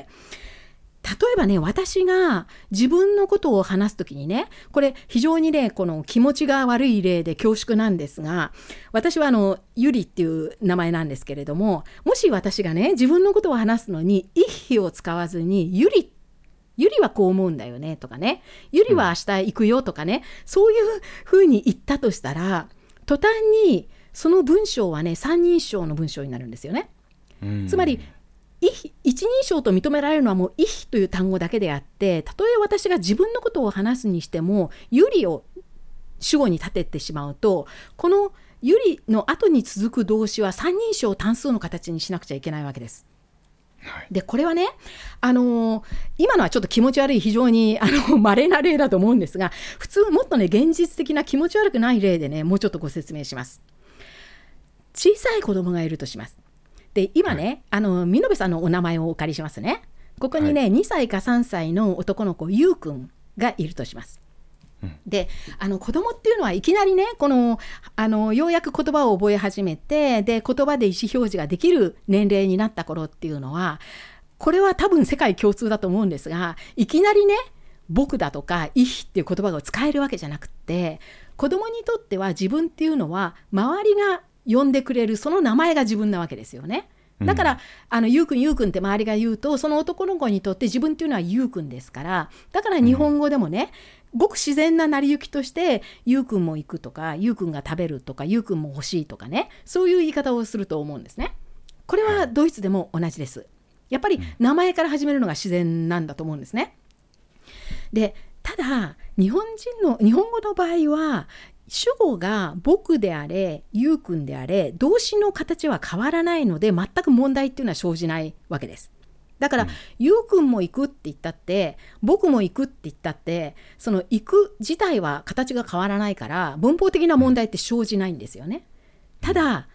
例えばね私が自分のことを話すときにね、これ非常にねこの気持ちが悪い例で恐縮なんですが、私はあのゆりっていう名前なんですけれども、もし私がね自分のことを話すのにichを使わずにゆりゆりはこう思うんだよねとかね、ゆりは明日行くよとかね、うん、そういうふうに言ったとしたら、途端にその文章はね三人称の文章になるんですよね。うん、つまり一人称と認められるのはもうichという単語だけであって、たとえ私が自分のことを話すにしてもゆりを主語に立ててしまうと、このゆりの後に続く動詞は三人称単数の形にしなくちゃいけないわけです。はい、でこれはね、あのー、今のはちょっと気持ち悪い非常にあの稀な例だと思うんですが、普通もっとね現実的な気持ち悪くない例でねもうちょっとご説明します。小さい子供がいるとします。で今ね、はい、あの美濃部さんのお名前をお借りしますね。ここにね、はい、にさいかさんさいの男の子ゆうくんがいるとします。うん、であの子供っていうのはいきなりねこのあのようやく言葉を覚え始めて、で言葉で意思表示ができる年齢になった頃っていうのは、これは多分世界共通だと思うんですが、いきなりね僕だとかichっていう言葉が使えるわけじゃなくて、子供にとっては自分っていうのは周りが呼んでくれるその名前が自分なわけですよね。だから、うん、あのゆうくんゆうくんって周りが言うと、その男の子にとって自分っていうのはゆうくんですから、だから日本語でもね、うん、ごく自然な成り行きとしてゆうくんも行くとか、ゆうくんが食べるとか、ゆうくんも欲しいとかね、そういう言い方をすると思うんですね。これはドイツでも同じです。やっぱり名前から始めるのが自然なんだと思うんですね。でただ日本人の日本語の場合は主語が僕であれゆうくんであれ動詞の形は変わらないので、全く問題っていうのは生じないわけです。だから、うん、ゆうくんも行くって言ったって僕も行くって言ったって、その行く自体は形が変わらないから文法的な問題って生じないんですよね。ただ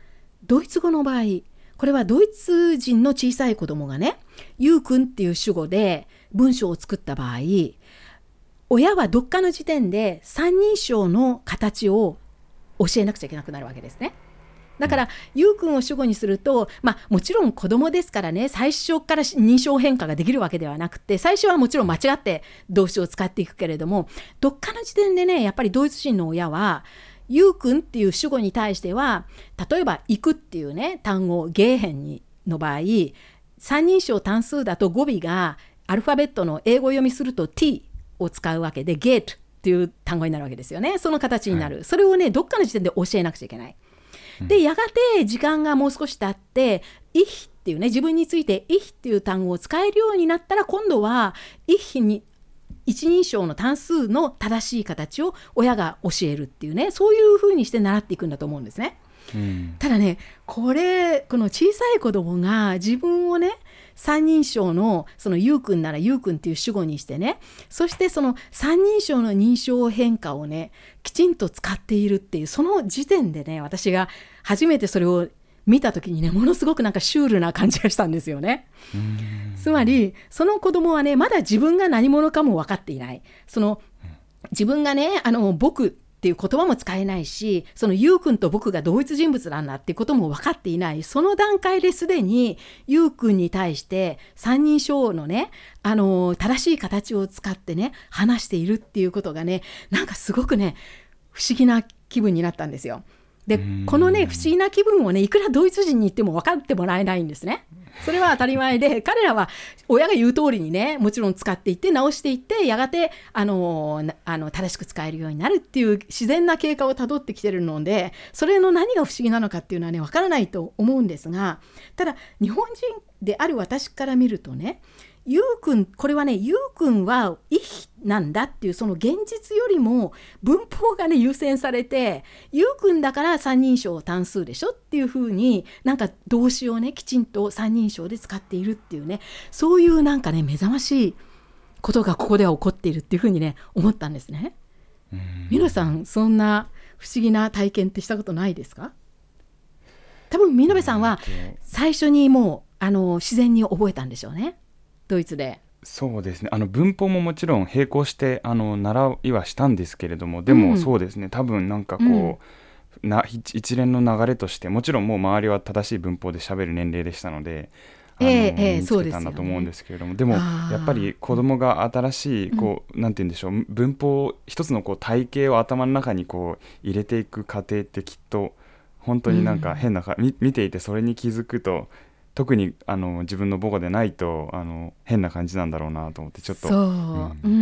ドイツ語の場合、これはドイツ人の小さい子供がね、ゆうくんっていう主語で文章を作った場合、親はどっかの時点で三人称の形を教えなくちゃいけなくなるわけですね。だから、ゆうくんを主語にすると、まあもちろん子供ですからね、最初から認証変化ができるわけではなくて、最初はもちろん間違って動詞を使っていくけれども、どっかの時点でね、やっぱりドイツ人の親は、ゆうくんっていう主語に対しては、例えば行くっていうね、単語、ゲーヘンの場合、三人称単数だと語尾がアルファベットの英語読みすると t を使うわけで、ゲートっていう単語になるわけですよね。その形になる。はい、それをね、どっかの時点で教えなくちゃいけない。で、やがて時間がもう少し経って、ich っていうね、自分について ich っていう単語を使えるようになったら、今度は ich に一人称の単数の正しい形を親が教えるっていうね、そういう風にして習っていくんだと思うんですね。うん、ただね、これこの小さい子供が自分をね、三人称のそのゆうくんならゆうくんっていう主語にしてね、そしてその三人称の認証変化をね、きちんと使っているっていう、その時点でね、私が初めてそれを見た時にね、ものすごくなんかシュールな感じがしたんですよね。うん、つまりその子供はね、まだ自分が何者かも分かっていない。その自分がね、あの僕っていう言葉も使えないし、そのゆうくんと僕が同一人物なんだっていうことも分かっていない。その段階ですでにゆうくんに対して三人称のね、あの正しい形を使ってね、話しているっていうことがね、なんかすごくね、不思議な気分になったんですよ。で、このね、不思議な気分をね、いくらドイツ人に言っても分かってもらえないんですね。それは当たり前で、彼らは親が言う通りにね、もちろん使っていって直していって、やがてあのあの正しく使えるようになるっていう自然な経過をたどってきてるので、それの何が不思議なのかっていうのはね、分からないと思うんですが、ただ日本人である私から見るとね、ゆうくん、これはね、ゆうくんはichなんだっていう、その現実よりも文法がね、優先されて、ゆうくんだから三人称単数でしょっていう風に、なんか動詞をね、きちんと三人称で使っているっていうね、そういうなんかね、目覚ましいことがここでは起こっているっていう風にね、思ったんですね。皆さん、そんな不思議な体験ってしたことないですか？多分見延さんは最初にもうあの自然に覚えたんでしょうね、ドイツで。 そうですね、あの文法ももちろん並行してあの習いはしたんですけれども、でもそうですね、うん、多分なんかこう、うん、な一連の流れとして、もちろんもう周りは正しい文法で喋る年齢でしたので、あの、えーえー、見つけたんだと思うんですけれども、でもやっぱり子供が新しいこう、うん、なんて言うんでしょう、文法一つのこう体系を頭の中にこう入れていく過程ってきっと本当になんか変なか、うん、見ていてそれに気づくと、特にあの自分の母語でないとあの変な感じなんだろうなと思って、ちょっと、 そう、うんうん、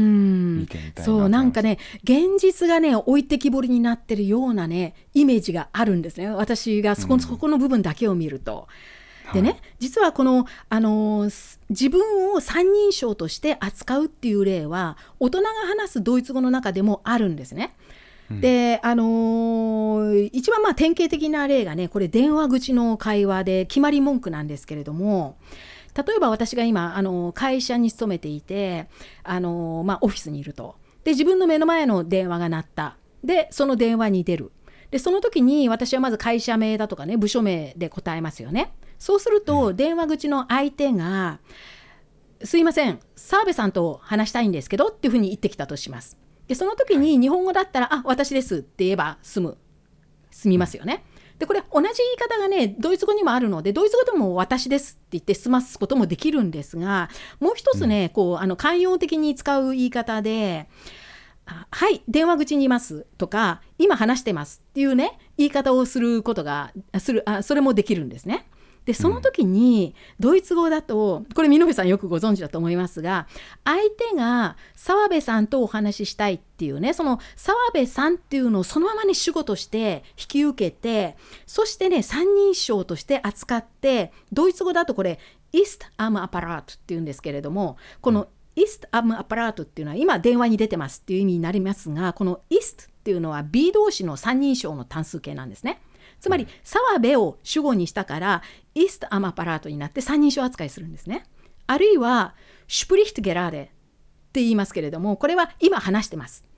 見てみたいなと思います。そう、なんかね、現実がね置いてきぼりになってるようなねイメージがあるんですね、私がそこ、うん、そこの部分だけを見ると。でね、はい、実はこの、あの自分を三人称として扱うっていう例は大人が話すドイツ語の中でもあるんですね。で、あのー、一番まあ典型的な例がね、これ電話口の会話で決まり文句なんですけれども、例えば私が今あの会社に勤めていて、あのーまあ、オフィスにいると。で、自分の目の前の電話が鳴った。で、その電話に出る。で、その時に私はまず会社名だとかね、部署名で答えますよね。そうすると電話口の相手が、すいません、澤部さんと話したいんですけどっていうふうに言ってきたとします。で、その時に日本語だったら、あ、私ですって言えば済む、済みますよね。で、これ同じ言い方がね、ドイツ語にもあるので、ドイツ語でも私ですって言って済ますこともできるんですが、もう一つね、こう、あの、慣用的に使う言い方で、はい、電話口にいますとか、今話してますっていうね、言い方をすることが、する、あ、それもできるんですね。で、その時にドイツ語だと、これ見延さんよくご存知だと思いますが、相手が澤部さんとお話ししたいっていうね、その澤部さんっていうのをそのままに主語として引き受けて、そしてね、三人称として扱って、ドイツ語だとこれ ist am Apparat っていうんですけれども、この ist am Apparat っていうのは今電話に出てますっていう意味になりますが、この ist っていうのは B 動詞の三人称の単数形なんですね。つまり澤部を主語にしたからist am Apparatになって三人称扱いするんですね。あるいは spricht gerade って言いますけれども、これは今話してます。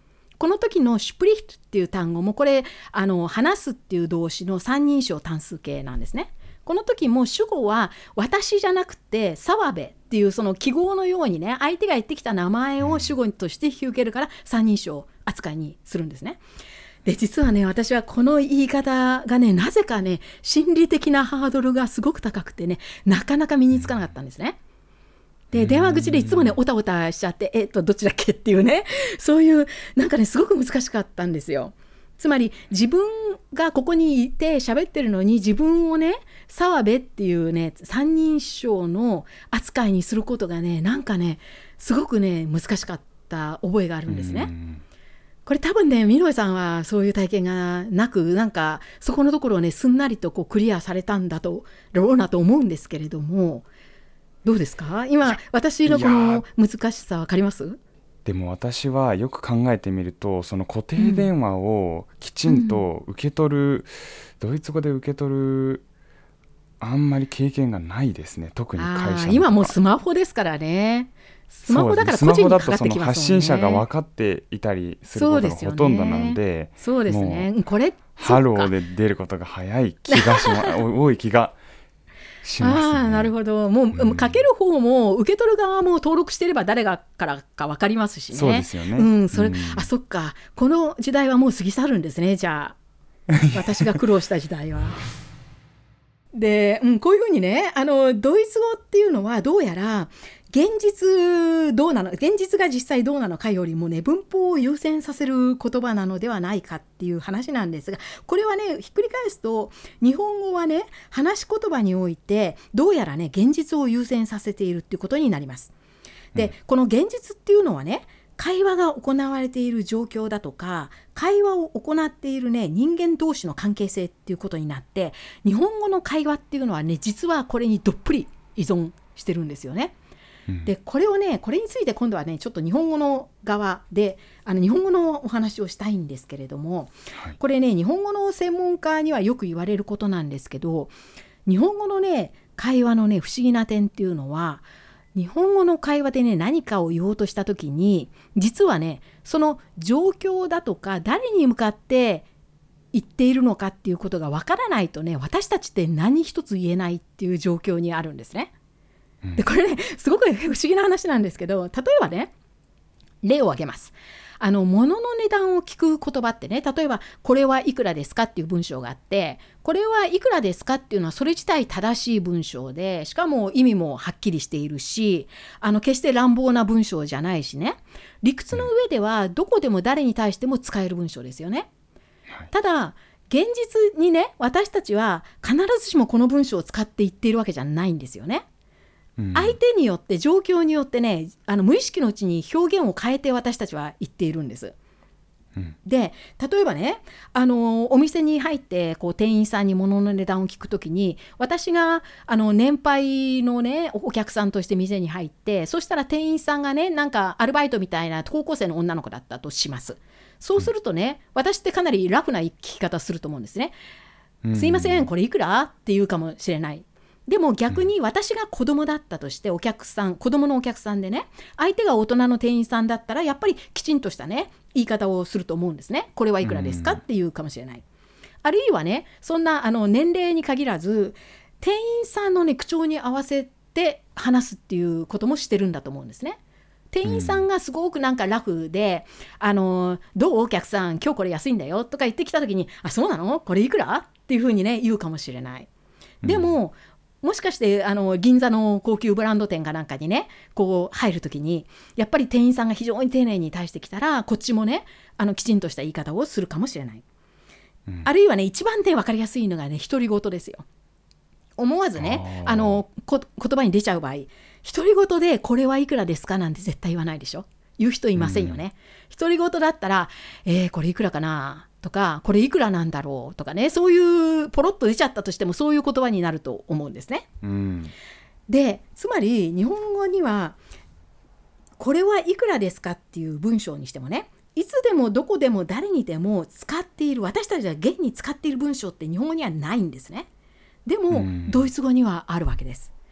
この時のシュプリヒトっていう単語もこれあの話すっていう動詞の三人称単数形なんですね。この時も主語は私じゃなくて澤部っていうその記号のようにね、相手が言ってきた名前を主語として引き受けるから三人称扱いにするんですね。で実はね、私はこの言い方がね、なぜかね心理的なハードルがすごく高くてね、なかなか身につかなかったんですね。で電話口でいつもねおたおたしちゃって、えっとどっちだっけっていうね、そういうなんかねすごく難しかったんですよ。つまり自分がここにいて喋ってるのに、自分をね澤部っていうね三人称の扱いにすることがね、なんかねすごくね難しかった覚えがあるんですね。これ多分ね、ミノエさんはそういう体験がなく、なんかそこのところをねすんなりとこうクリアされたんだとろうなと思うんですけれども、どうですか今私のこの難しさ分かります？ でも私はよく考えてみると、その固定電話をきちんと受け取る、うん、ドイツ語で受け取るあんまり経験がないですね。特に会社の。 今もうスマホですからね。スマホだから個人にかかってきますもんね。スマホだとその発信者が分かっていたりすることがほとんどなので、 そうですね。これハローで出ることが早い気がします多い気がしますね。 ああ、なるほど。もう、うん、かける方も受け取る側も登録してれば誰がからか分かりますしね。 そうですよね。 うん、それ、うん、あ、そっか。この時代はもう過ぎ去るんですね。じゃあ私が苦労した時代は。で、うん、こういうふうにね、あのドイツ語っていうのはどうやら現実どうなの、現実が実際どうなのかよりもね、文法を優先させる言葉なのではないかっていう話なんですが、これはねひっくり返すと、日本語はね話し言葉においてどうやらね現実を優先させているっていうことになります。で、うん、この現実っていうのはね、会話が行われている状況だとか、会話を行っているね人間同士の関係性っていうことになって、日本語の会話っていうのはね、実はこれにどっぷり依存してるんですよね。でこれをね、これについて今度はねちょっと日本語の側であの日本語のお話をしたいんですけれども、はい、これね日本語の専門家にはよく言われることなんですけど、日本語のね会話のね不思議な点っていうのは、日本語の会話でね何かを言おうとした時に、実はねその状況だとか誰に向かって言っているのかっていうことがわからないとね、私たちって何一つ言えないっていう状況にあるんですね。でこれねすごく不思議な話なんですけど、例えばね例を挙げます。あの物の値段を聞く言葉ってね、例えばこれはいくらですかっていう文章があって、これはいくらですかっていうのはそれ自体正しい文章で、しかも意味もはっきりしているし、あの決して乱暴な文章じゃないしね、理屈の上ではどこでも誰に対しても使える文章ですよね。ただ現実にね、私たちは必ずしもこの文章を使って言っているわけじゃないんですよね。相手によって状況によってね、あの無意識のうちに表現を変えて私たちは言っているんです、うん、で例えばね、あのお店に入ってこう店員さんに物の値段を聞くときに、私があの年配のねお客さんとして店に入って、そしたら店員さんがねなんかアルバイトみたいな高校生の女の子だったとします。そうするとね、うん、私ってかなりラフな聞き方すると思うんですね、うん、すいませんこれいくらって言うかもしれない。でも逆に私が子供だったとして、お客さん子供のお客さんでね、相手が大人の店員さんだったらやっぱりきちんとしたね言い方をすると思うんですね。これはいくらですかっていうかもしれない。あるいはね、そんなあの年齢に限らず店員さんのね口調に合わせて話すっていうこともしてるんだと思うんですね。店員さんがすごくなんかラフで、うん、あのどうお客さん今日これ安いんだよとか言ってきた時に、あそうなのこれいくらっていうふうにね言うかもしれない。でも、うんもしかしてあの銀座の高級ブランド店かなんかにねこう入るときに、やっぱり店員さんが非常に丁寧に対してきたら、こっちもねあのきちんとした言い方をするかもしれない、うん、あるいはね一番ね分かりやすいのがね独り言ですよ。思わずねあのこ言葉に出ちゃう場合、独り言でこれはいくらですかなんて絶対言わないでしょ。言う人いませんよね、うん、独り言だったら、えー、これいくらかなとか、これいくらなんだろうとかね、そういうポロッと出ちゃったとしてもそういう言葉になると思うんですね、うん、でつまり日本語にはこれはいくらですかっていう文章にしてもね、いつでもどこでも誰にでも使っている、私たちが現に使っている文章って日本語にはないんですね。でも、うん、ドイツ語にはあるわけです。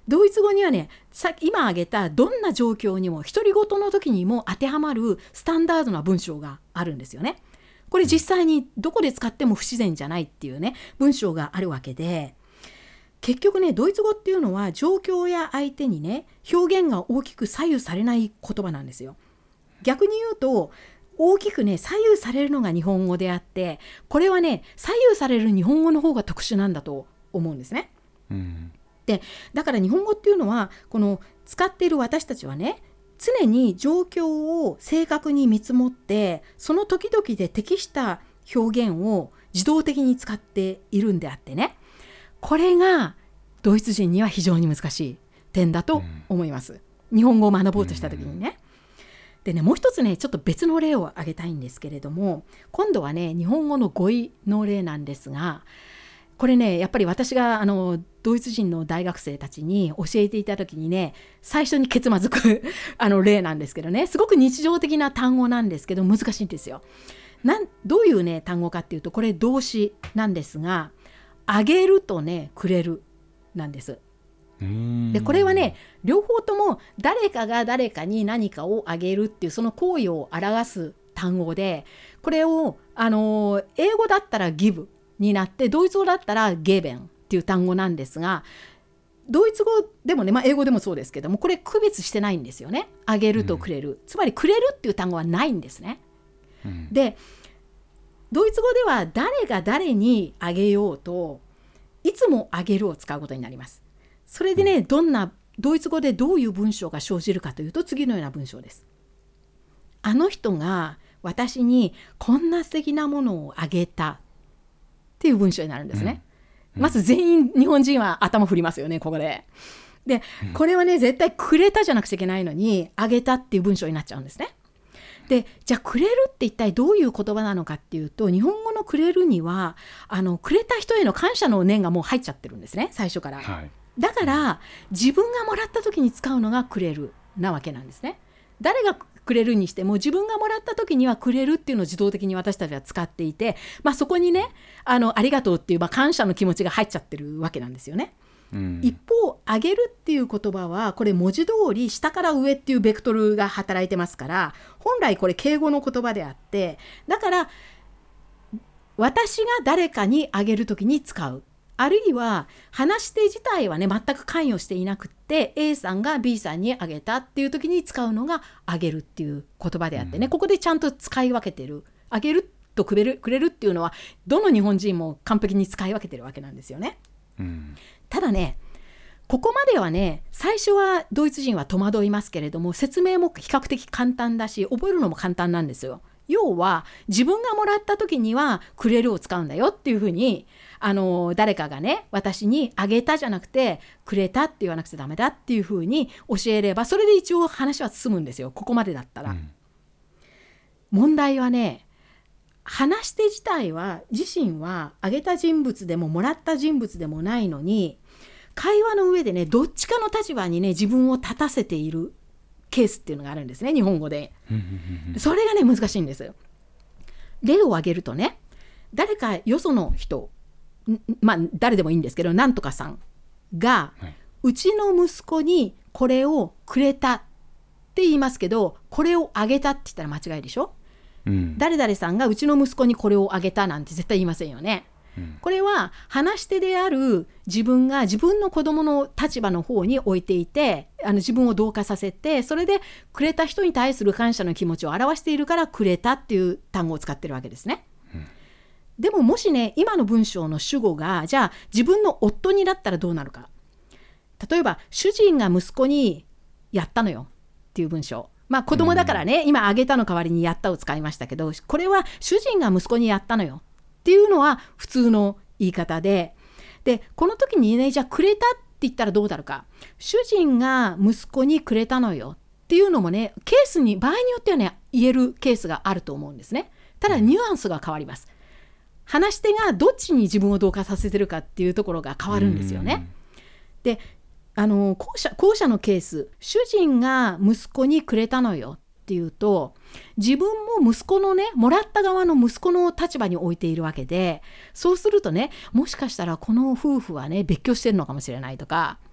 ドイツ語にはね、さ今挙げたどんな状況にも独り言の時にも当てはまるスタンダードな文章があるんですよね。これ実際にどこで使っても不自然じゃないっていうね文章があるわけで、結局ねドイツ語っていうのは状況や相手にね表現が大きく左右されない言葉なんですよ。逆に言うと大きくね左右されるのが日本語であって、これはね左右される日本語の方が特殊なんだと思うんですね。うん、でだから日本語っていうのはこの使っている私たちはね常に状況を正確に見積もってその時々で適した表現を自動的に使っているんであってね、これがドイツ人には非常に難しい点だと思います、うん、日本語を学ぼうとした時にね。でねもう一つねちょっと別の例を挙げたいんですけれども、今度はね日本語の語彙の例なんですが、これねやっぱり私があのドイツ人の大学生たちに教えていた時にね最初にけつまずくあの例なんですけどね、すごく日常的な単語なんですけど難しいんですよ。なんどういうね単語かっていうと、これ動詞なんですが、あげるとねくれるなんです。でこれはね両方とも誰かが誰かに何かをあげるっていうその行為を表す単語で、これをあの英語だったら give になってドイツ語だったら geben っていう単語なんですが、ドイツ語でもね、まあ、英語でもそうですけどもこれ区別してないんですよね。あげるとくれる、うん、つまりくれるっていう単語はないんですね、うん、でドイツ語では誰が誰にあげようといつもあげるを使うことになります。それでね、うん、どんなドイツ語でどういう文章が生じるかというと次のような文章です。あの人が私にこんな素敵なものをあげたっていう文章になるんですね、うん、まず全員日本人は頭振りますよねここで。でこれはね絶対くれたじゃなくちゃいけないのにあげたっていう文章になっちゃうんですね。でじゃあくれるって一体どういう言葉なのかっていうと、日本語のくれるにはあのくれた人への感謝の念がもう入っちゃってるんですね最初から、はい、だから自分がもらった時に使うのがくれるなわけなんですね。誰がくれるにしても自分がもらった時にはくれるっていうのを自動的に私たちは使っていて、まあ、そこにね あのありがとうっていう、まあ、感謝の気持ちが入っちゃってるわけなんですよね、うん、一方あげるっていう言葉はこれ文字通り下から上っていうベクトルが働いてますから、本来これ敬語の言葉であって、だから私が誰かにあげる時に使う、あるいは話し手自体はね全く関与していなくって A さんが B さんにあげたっていう時に使うのがあげるっていう言葉であってね、うん、ここでちゃんと使い分けてる。あげるとくれる、くれるっていうのはどの日本人も完璧に使い分けてるわけなんですよね、うん、ただねここまではね最初はドイツ人は戸惑いますけれども、説明も比較的簡単だし覚えるのも簡単なんですよ。要は自分がもらった時にはくれるを使うんだよっていうふうに、あの誰かがね私にあげたじゃなくてくれたって言わなくちゃダメだっていうふうに教えれば、それで一応話は進むんですよここまでだったら、うん、問題はね話し手自体は自身はあげた人物でももらった人物でもないのに、会話の上でねどっちかの立場にね自分を立たせているケースっていうのがあるんですね日本語で。それがね難しいんです。例を挙げるとね、誰かよその人、まあ誰でもいいんですけど、なんとかさんが、はい、うちの息子にこれをくれたって言いますけど、これをあげたって言ったら間違いでしょ、うん、誰々さんがうちの息子にこれをあげたなんて絶対言いませんよね。これは話し手である自分が自分の子供の立場の方に置いていて、あの自分を同化させて、それでくれた人に対する感謝の気持ちを表しているからくれたっていう単語を使ってるわけですね、うん、でももしね今の文章の主語がじゃあ自分の夫になったらどうなるか。例えば主人が息子にやったのよっていう文章、まあ子供だからね、うん、今あげたの代わりにやったを使いましたけど、これは主人が息子にやったのよっていうのは普通の言い方で、でこの時にねじゃあくれたって言ったらどうなるか。主人が息子にくれたのよっていうのもねケースに場合によってはね言えるケースがあると思うんですね。ただニュアンスが変わります。話し手がどっちに自分を同化させてるかっていうところが変わるんですよね。であの後者、後者のケース、主人が息子にくれたのよっていうと、自分も息子のねもらった側の息子の立場に置いているわけで、そうするとねもしかしたらこの夫婦はね別居してるのかもしれないとか、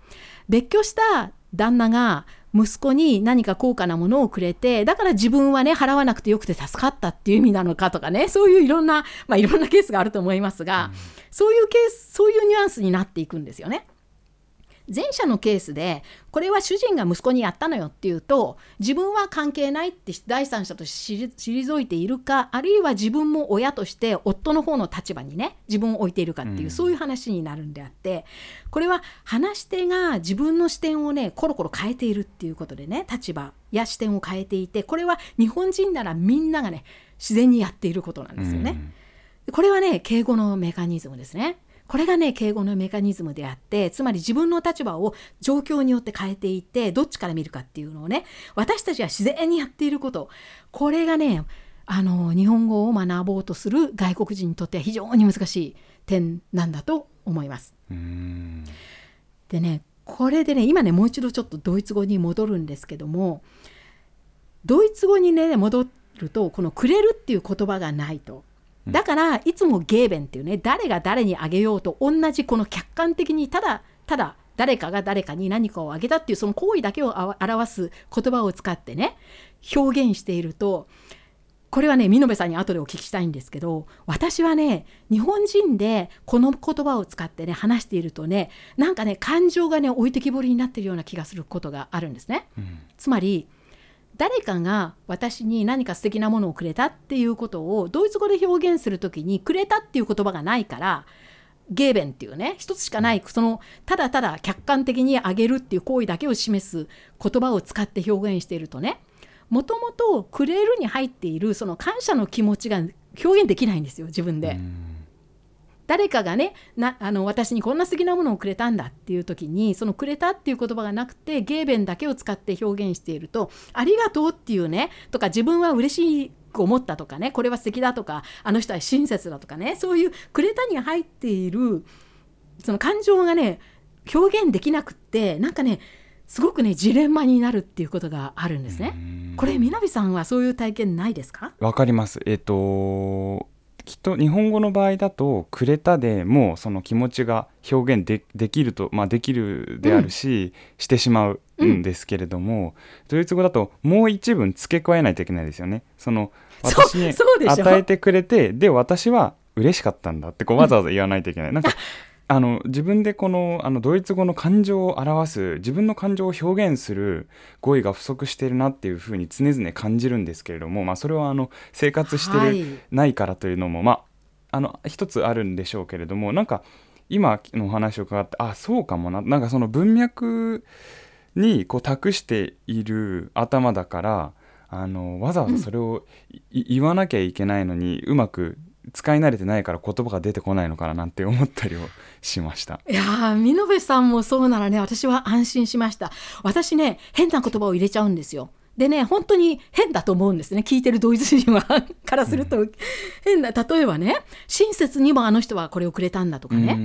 別居した旦那が息子に何か高価なものをくれて、だから自分はね払わなくてよくて助かったっていう意味なのかとかね、そういういろんな、まあ、いろんなケースがあると思いますが、うん、そういうケース、そういうニュアンスになっていくんですよね。前者のケースでこれは主人が息子にやったのよっていうと、自分は関係ないって第三者として退いているか、あるいは自分も親として夫の方の立場にね自分を置いているかっていう、うん、そういう話になるんであって、これは話し手が自分の視点をねコロコロ変えているっていうことでね、立場や視点を変えていて、これは日本人ならみんながね自然にやっていることなんですよね、うん、これはね敬語のメカニズムですね。これがね敬語のメカニズムであって、つまり自分の立場を状況によって変えていて、どっちから見るかっていうのをね私たちは自然にやっていること、これがねあの日本語を学ぼうとする外国人にとっては非常に難しい点なんだと思います。うーんでねこれでね今ねもう一度ちょっとドイツ語に戻るんですけども、ドイツ語にね戻るとこのくれるっていう言葉がないと、だからいつもゲーベンっていうね、誰が誰にあげようと同じこの客観的にただただ誰かが誰かに何かをあげたっていうその行為だけを表す言葉を使ってね表現していると、これはね見延さんに後でお聞きしたいんですけど、私はね日本人でこの言葉を使ってね話しているとね、なんかね感情がね置いてきぼりになっているような気がすることがあるんですね、うん、つまり誰かが私に何か素敵なものをくれたっていうことをドイツ語で表現するときに、くれたっていう言葉がないからゲーベンっていうね一つしかない、そのただただ客観的にあげるっていう行為だけを示す言葉を使って表現しているとね、もともとくれるに入っているその感謝の気持ちが表現できないんですよ自分で。誰かがねなあの私にこんな素敵なものをくれたんだっていう時に、そのくれたっていう言葉がなくてゲーベンだけを使って表現していると、ありがとうっていうねとか、自分は嬉しく思ったとかね、これは素敵だとか、あの人は親切だとかね、そういうくれたに入っているその感情がね表現できなくって、なんかねすごくねジレンマになるっていうことがあるんですね。これ南さんはそういう体験ないですか？ わかります。えっときっと日本語の場合だとくれたでもうその気持ちが表現 で, できると、まあ、できるであるし、うん、してしまうんですけれども、うん、ドイツ語だともう一文付け加えないといけないですよね。その私に与えてくれて、で私は嬉しかったんだってこうわざわざ言わないといけない、うん、なんかあの自分でこの、あのドイツ語の感情を表す、自分の感情を表現する語彙が不足しているなっていうふうに常々感じるんですけれども、まあ、それはあの生活してる、はい、ないからというのも、まあ、あの一つあるんでしょうけれども、なんか今のお話を伺って、あそうかもな、なんかその文脈にこう託している頭だから、あのわざわざそれを、うん、言わなきゃいけないのにうまく使い慣れてないから言葉が出てこないのかななんて思ったりをしました。 いやー、見延さんもそうならね、私は安心しました。私ね変な言葉を入れちゃうんですよ。でね本当に変だと思うんですね、聞いてるドイツ人はからすると、うん、変な、例えばね親切にもあの人はこれをくれたんだとかね、うん、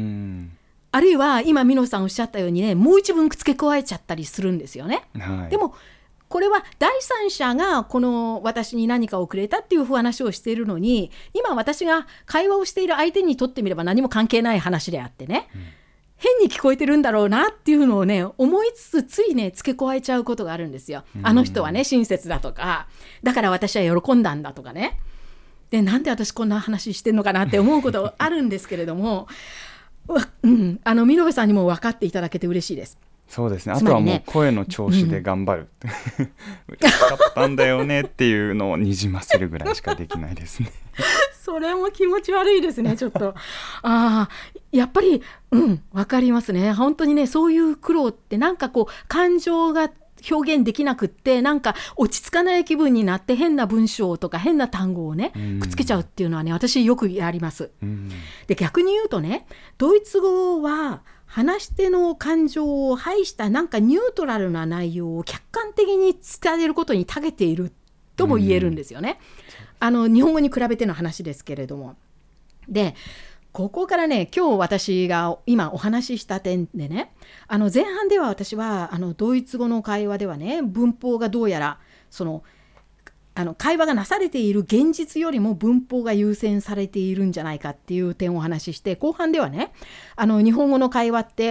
あるいは今見延さんおっしゃったようにねもう一文付け加えちゃったりするんですよね、はい、でもこれは第三者がこの私に何かをくれたっていう話をしているのに、今私が会話をしている相手にとってみれば何も関係ない話であってね、うん、変に聞こえてるんだろうなっていうのをね思いつつついね付け加えちゃうことがあるんですよ、うん、あの人はね親切だとか、だから私は喜んだんだとかね、でなんで私こんな話してんのかなって思うことあるんですけれどもうん、あの見延さんにも分かっていただけて嬉しいです。 そうですね、あとはもう声の調子で頑張る、うん、嬉しかったんだよねっていうのをにじませるぐらいしかできないですねそれも気持ち悪いですねちょっとあやっぱりうん分かりますね。本当にねそういう苦労ってなんかこう感情が表現できなくって、なんか落ち着かない気分になって変な文章とか変な単語をねくっつけちゃうっていうのはね私よくやります。で逆に言うとねドイツ語は話し手の感情を排したなんかニュートラルな内容を客観的に伝えることに長けているとも言えるんですよね。あの日本語に比べての話ですけれども、でここからね今日私が今お話しした点でね、あの前半では私はあのドイツ語の会話ではね文法がどうやらそのあの会話がなされている現実よりも文法が優先されているんじゃないかっていう点をお話しして、後半ではねあの日本語の会話って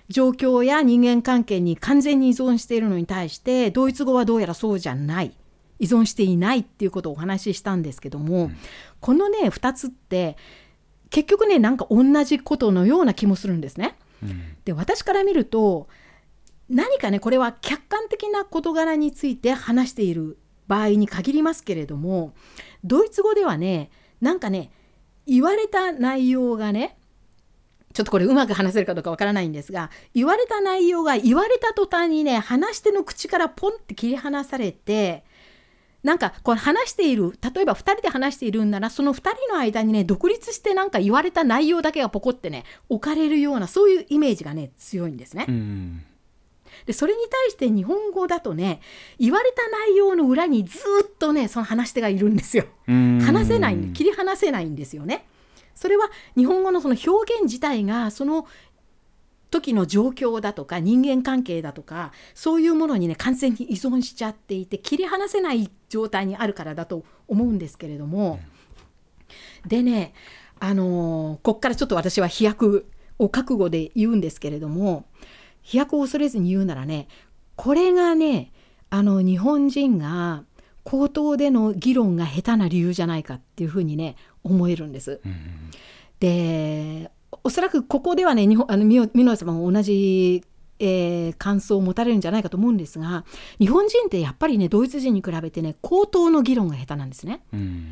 状況や人間関係に完全に依存しているのに対して、ドイツ語はどうやらそうじゃない、依存していないっていうことをお話ししたんですけども、うん、このねふたつって結局ねなんか同じことのような気もするんですね、うん、で私から見ると何かねこれは客観的な事柄について話している場合に限りますけれども、ドイツ語ではねなんかね言われた内容がね、ちょっとこれうまく話せるかどうかわからないんですが、言われた内容が言われた途端にね話し手の口からポンって切り離されて、なんかこれ話している、例えばふたりで話しているんならそのふたりの間にね独立してなんか言われた内容だけがポコってね置かれるような、そういうイメージがね強いんですね、うん、でそれに対して日本語だとね言われた内容の裏にずっとねその話し手がいるんですよ。話せないんで、切り離せないんですよね。それは日本語のその表現自体がその時の状況だとか人間関係だとかそういうものにね完全に依存しちゃっていて切り離せない状態にあるからだと思うんですけれども、でねあのー、こっからちょっと私は飛躍を覚悟で言うんですけれども、飛躍を恐れずに言うならね、これがねあの日本人が口頭での議論が下手な理由じゃないかっていうふうにね思えるんです、うん、でおそらくここではね日本あの美濃様も同じ、えー、感想を持たれるんじゃないかと思うんですが、日本人ってやっぱりねドイツ人に比べてね口頭の議論が下手なんですね、うん、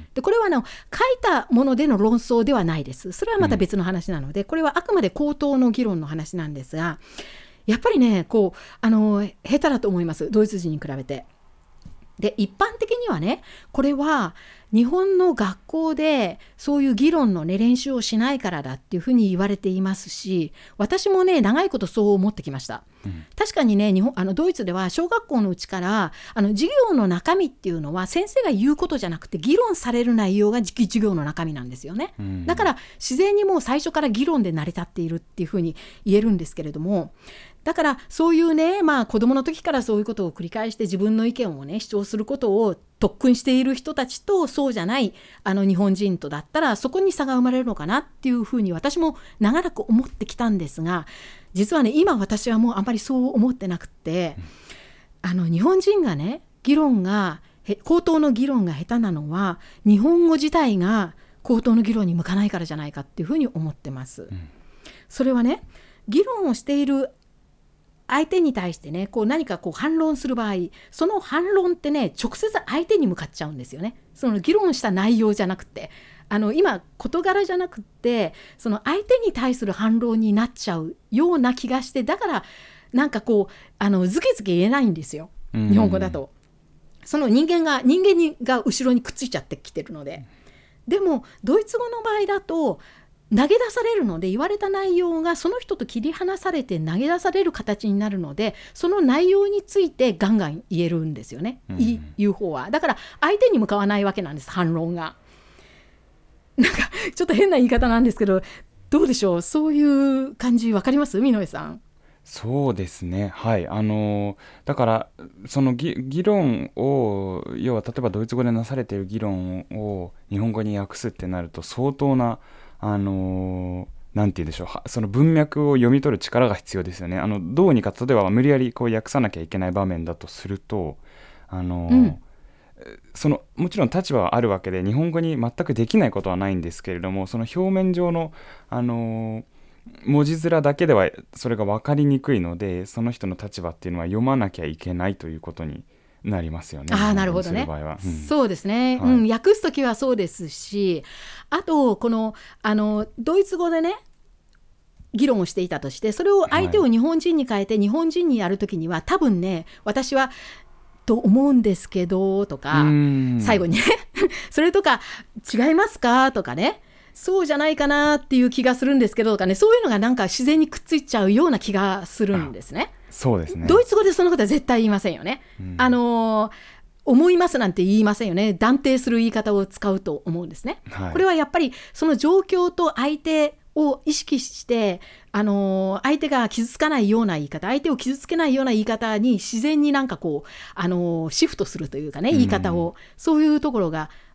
でこれはね書いたものでの論争ではないです。それはまた別の話なので、うん、これはあくまで口頭の議論の話なんですが、やっぱりねこうあの下手だと思います、ドイツ人に比べて。で一般的にはねこれは日本の学校でそういう議論の、ね、練習をしないからだっていうふうに言われていますし、私もね長いことそう思ってきました、うん、確かにね日本あのドイツでは小学校のうちからあの授業の中身っていうのは先生が言うことじゃなくて議論される内容が授業の中身なんですよね、うん、だから自然にもう最初から議論で成り立っているっていうふうに言えるんですけれども、だからそういうね、まあ、子どもの時からそういうことを繰り返して自分の意見をね主張することを特訓している人たちとそうじゃないあの日本人とだったらそこに差が生まれるのかなっていうふうに私も長らく思ってきたんですが、実はね今私はもうあんまりそう思ってなくて、あの日本人がね議論が口頭の議論が下手なのは日本語自体が口頭の議論に向かないからじゃないかっていうふうに思ってます、うん、それはね議論をしている相手に対してねこう何かこう反論する場合、その反論ってね直接相手に向かっちゃうんですよね。その議論した内容じゃなくて、あの今事柄じゃなくってその相手に対する反論になっちゃうような気がして、だからなんかこうあのズケズケ言えないんですよ、日本語だと。その人間が人間にが後ろにくっついちゃってきてるので。でもドイツ語の場合だと投げ出されるので、言われた内容がその人と切り離されて投げ出される形になるので、その内容についてガンガン言えるんですよね、うん、言う方は。だから相手に向かわないわけなんです、反論が。なんかちょっと変な言い方なんですけど、どうでしょう、そういう感じ分かります？美濃さん。 そうですね、はい、あのだからその 議, 議論を要は例えばドイツ語でなされている議論を日本語に訳すってなると相当なあのなんて言うでしょう、その文脈を読み取る力が必要ですよね。あのどうにか例えば無理やりこう訳さなきゃいけない場面だとするとあの、うん、そのもちろん立場はあるわけで日本語に全くできないことはないんですけれども、その表面上のあの文字面だけではそれが分かりにくいので、その人の立場っていうのは読まなきゃいけないということになりますよね。 あ、なるほどね、うん、そうですね、はい、うん、訳すときはそうですし、あとこのあのドイツ語でね議論をしていたとして、それを相手を日本人に変えて日本人にやるときには、はい、多分ね私はと思うんですけどとか最後にねそれとか違いますかとかね、そうじゃないかなっていう気がするんですけどとかね、そういうのがなんか自然にくっついちゃうような気がするんですね。 そうですね。 ドイツ語でそのことは絶対言いませんよね、うん、あの思いますなんて言いませんよね。断定する言い方を使うと思うんですね、はい、これはやっぱりその状況と相手を意識して、あの相手が傷つかないような言い方、相手を傷つけないような言い方に自然になんかこう、あのシフトするというかね、言い方を、うん、そういうところが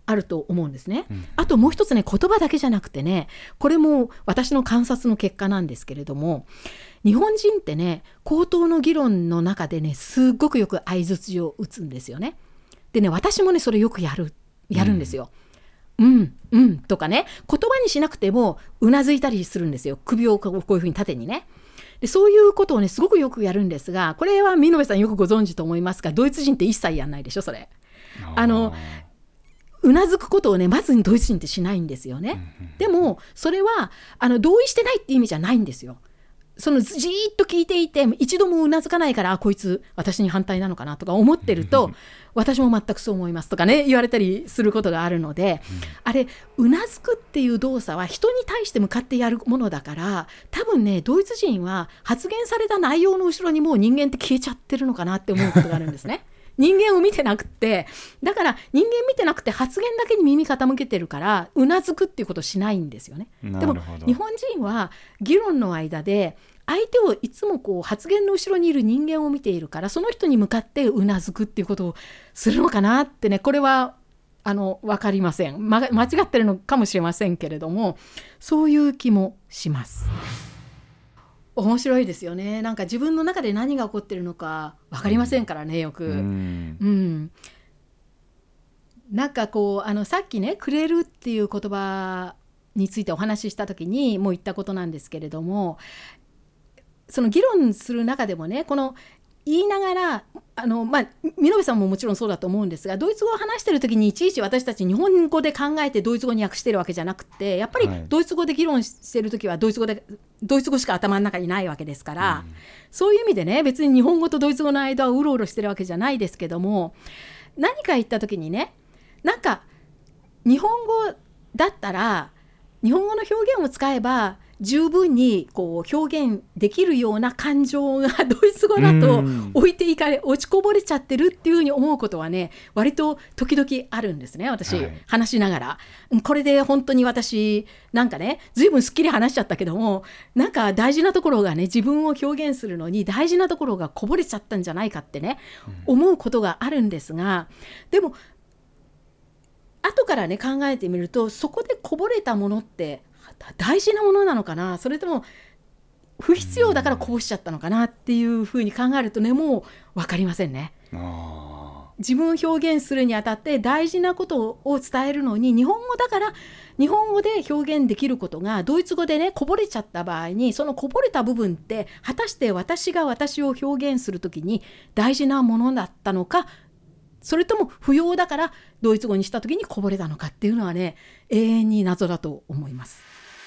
あると思うんですね、 うん、 あともう一つね、言葉だけじゃなくてね、これも私の観察の結果なんですけれども、日本人ってね、口頭の議論の中でね、すっごくよく相槌を打つんですよね。でね、私もねそれよくやるやるんですよ、うん、うんうんとかね、言葉にしなくてもうなずいたりするんですよ。首をこういうふうに縦にね。でそういうことをねすごくよくやるんですが、これは見延さんよくご存知と思いますが、ドイツ人って一切やんないでしょそれ。あのうなずくことをねまずドイツ人ってしないんですよね。でもそれはあの同意してないっていう意味じゃないんですよ。そのじーっと聞いていて一度もうなずかないから、あこいつ私に反対なのかなとか思ってると私も全くそう思いますとかね言われたりすることがあるので、あれうなずくっていう動作は人に対して向かってやるものだから、多分ねドイツ人は発言された内容の後ろにもう人間って消えちゃってるのかなって思うことがあるんですね。人間を見てなくて、だから人間見てなくて発言だけに耳傾けてるからうなずくっていうことをしないんですよね。でも日本人は議論の間で相手をいつもこう発言の後ろにいる人間を見ているから、その人に向かってうなずくっていうことをするのかなってね、これはあの分かりません、ま、間違ってるのかもしれませんけれども、そういう気もします。面白いですよね。なんか自分の中で何が起こってるのか分かりませんからね、よく、うんうん、なんかこうあのさっきねくれるっていう言葉についてお話しした時にもう言ったことなんですけれども、その議論する中でもね、この言いながらあの、まあ、見延さんももちろんそうだと思うんですが、ドイツ語を話してる時にいちいち私たち日本語で考えてドイツ語に訳してるわけじゃなくて、やっぱりドイツ語で議論してる時はドイツ語でドイツ語しか頭の中にないわけですから、うん、そういう意味でね別に日本語とドイツ語の間をうろうろしてるわけじゃないですけども、何か言った時にね、なんか日本語だったら日本語の表現を使えば十分にこう表現できるような感情がドイツ語だと置いていかれ落ちこぼれちゃってるっていうふうに思うことはね割と時々あるんですね。私、はい、話しながらこれで本当に私なんかねずいぶんすっきり話しちゃったけども、なんか大事なところがね自分を表現するのに大事なところがこぼれちゃったんじゃないかってね、うん、思うことがあるんですが、でも後からね考えてみると、そこでこぼれたものって大事なものなのかな、それとも不必要だからこぼしちゃったのかなっていうふうに考えるとね、もう分かりませんね。あ、自分を表現するにあたって大事なことを伝えるのに日本語だから日本語で表現できることがドイツ語でねこぼれちゃった場合に、そのこぼれた部分って果たして私が私を表現するときに大事なものだったのか、それとも不要だからドイツ語にしたときにこぼれたのかっていうのはね永遠に謎だと思います。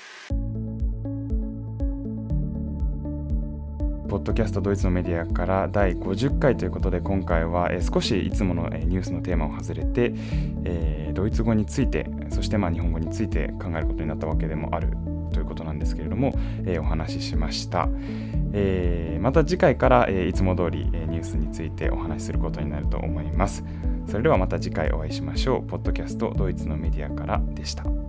ポッドキャストドイツのメディアからだいごじゅっかいということで、今回は少しいつものニュースのテーマを外れて、えー、ドイツ語について、そしてまあ日本語について考えることになったわけでもあるということなんですけれども、えー、お話ししました。えー、また次回から、えー、いつも通り、えー、ニュースについてお話しすることになると思います。それではまた次回お会いしましょう。ポッドキャストドイツのメディアからでした。